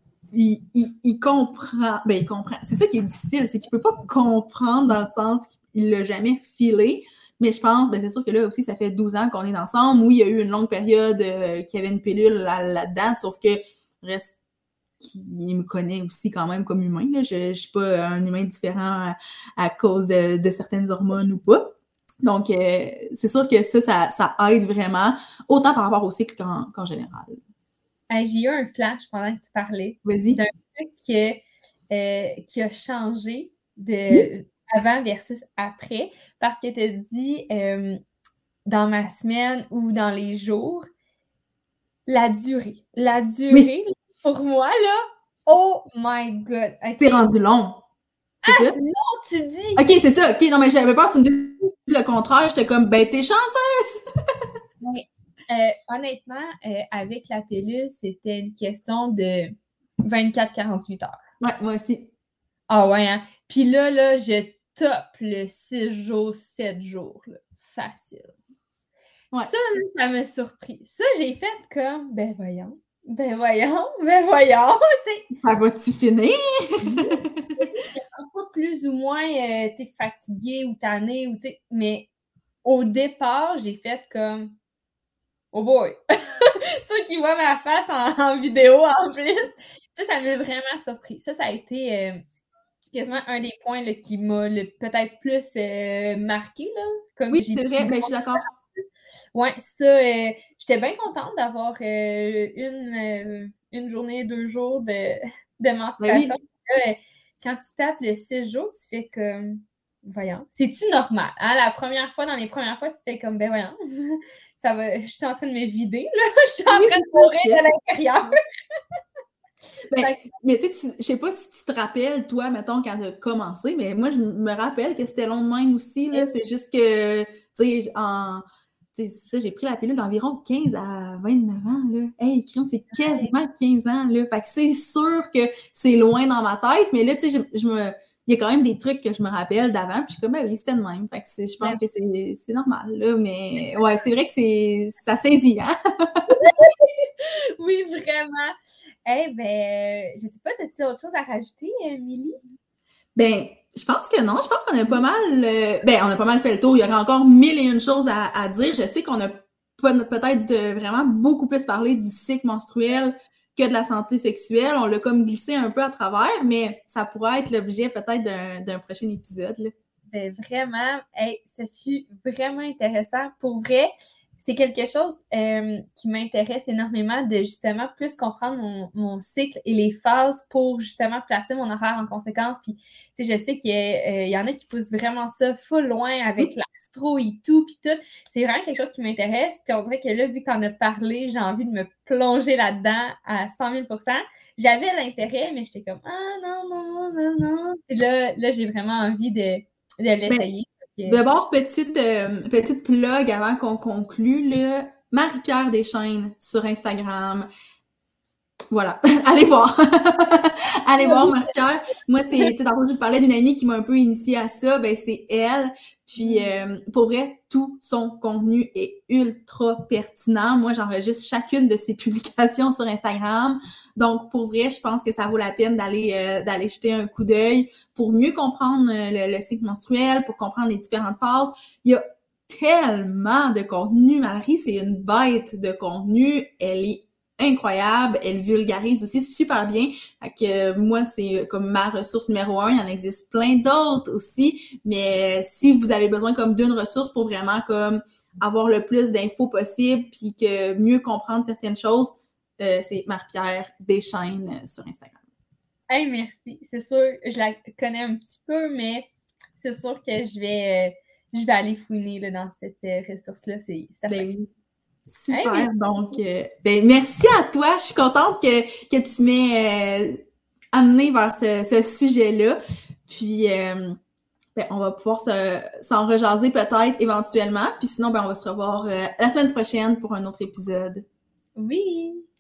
S1: il comprend, ben, il comprend. C'est ça qui est difficile, c'est qu'il peut pas comprendre dans le sens qu'il l'a jamais filé. Mais je pense, ben c'est sûr que là aussi, ça fait 12 ans qu'on est ensemble. Oui, il y a eu une longue période qu'il y avait une pilule là-dedans, sauf que reste qu'il me connaît aussi quand même comme humain. Là. Je suis pas un humain différent à cause de certaines hormones ou pas. Donc, c'est sûr que ça aide vraiment, autant par rapport au cycle qu'en général.
S2: J'ai eu un flash pendant que tu parlais.
S1: Vas-y.
S2: D'un truc qui a changé de avant versus après, parce que tu as dit dans ma semaine ou dans les jours, la durée. La durée, oui. Pour moi, là, oh my God! Okay.
S1: C'est rendu long.
S2: C'est ça? Non, tu dis!
S1: OK, c'est ça. OK, non, mais j'avais peur que tu me dises le contraire. J'étais comme, ben, t'es chanceuse!
S2: Oui. Honnêtement, avec la pilule, c'était une question de 24-48 heures.
S1: Ouais, moi aussi.
S2: Ah ouais, hein? Puis là, je top le 6 jours, 7 jours. Là. Facile. Ouais. Ça, là, ça m'a surpris. Ça, j'ai fait comme, ben voyons.
S1: Ça va-tu finir?
S2: Je me sens pas plus ou moins fatiguée ou tannée, mais au départ, j'ai fait comme, oh boy! Ceux qui voient ma face en vidéo en plus, ça m'a vraiment surpris. Ça a été quasiment un des points là, qui m'a peut-être plus marqué. Là, comme
S1: oui, c'est vrai, ben, je suis d'accord.
S2: Ouais, ça, j'étais bien contente d'avoir une journée, 2 jours de menstruation. Ben oui. Quand tu tapes le 6 jours, tu fais comme, voyons, c'est-tu normal? Hein? Dans les premières fois, tu fais comme, ben voyons, je suis en train de me vider, là. Je suis en train de mourir de l'intérieur.
S1: Ben, mais tu sais, je sais pas si tu te rappelles, toi, mettons, quand tu as commencé, mais moi, je me rappelle que c'était long de même aussi, là. C'est juste que, tu sais, j'ai pris la pilule d'environ 15 à 29 ans, là. Hey, crime, c'est quasiment 15 ans, là. Fait que c'est sûr que c'est loin dans ma tête, mais là, tu sais, il y a quand même des trucs que je me rappelle d'avant, puis je suis comme, oui, c'était de même. Fait que je pense que c'est normal, là, mais ouais, c'est vrai que ça saisit, hein?
S2: Oui, vraiment. Je sais pas, as-tu autre chose à rajouter, Milly?
S1: Ben, je pense que non. Je pense qu'on a pas mal... on a pas mal fait le tour. Il y aurait encore 1001 choses à dire. Je sais qu'on a peut-être vraiment beaucoup plus parlé du cycle menstruel que de la santé sexuelle. On l'a comme glissé un peu à travers, mais ça pourrait être l'objet peut-être d'un prochain épisode. Là.
S2: Ben, vraiment, ça fut vraiment intéressant. Pour vrai, c'est quelque chose qui m'intéresse énormément de justement plus comprendre mon cycle et les phases pour justement placer mon horaire en conséquence. Puis, tu sais, je sais qu'il y en a qui poussent vraiment ça full loin avec l'astro et tout, puis tout. C'est vraiment quelque chose qui m'intéresse. Puis on dirait que là, vu qu'on a parlé, j'ai envie de me plonger là-dedans à 100 000 %. J'avais l'intérêt, mais j'étais comme « Ah non, non, non, non. » Et là, j'ai vraiment envie de l'essayer.
S1: D'abord, petite plug avant qu'on conclue, là. Marie-Pierre Deschaines sur Instagram. Voilà, allez voir. Allez voir Marie-Pierre. Moi, c'est, tu sais, tantôt, je vous parlais d'une amie qui m'a un peu initiée à ça, ben c'est elle. Puis, pour vrai, tout son contenu est ultra pertinent. Moi, j'enregistre chacune de ses publications sur Instagram. Donc, pour vrai, je pense que ça vaut la peine d'aller jeter un coup d'œil pour mieux comprendre le cycle menstruel, pour comprendre les différentes phases. Il y a tellement de contenu. Marie, c'est une bête de contenu. Elle est incroyable, elle vulgarise aussi super bien. Fait que moi, c'est comme ma ressource numéro 1. Il y en existe plein d'autres aussi, mais si vous avez besoin comme d'une ressource pour vraiment comme avoir le plus d'infos possible puis que mieux comprendre certaines choses, c'est Marie-Pierre Deschaines sur Instagram.
S2: Hey, merci. C'est sûr, je la connais un petit peu, mais c'est sûr que je vais aller fouiner là, dans cette ressource-là.
S1: Oui. Super, hey, donc merci à toi, je suis contente que tu m'aies amené vers ce sujet-là, puis on va pouvoir s'en rejaser peut-être éventuellement, puis sinon on va se revoir la semaine prochaine pour un autre épisode.
S2: Oui!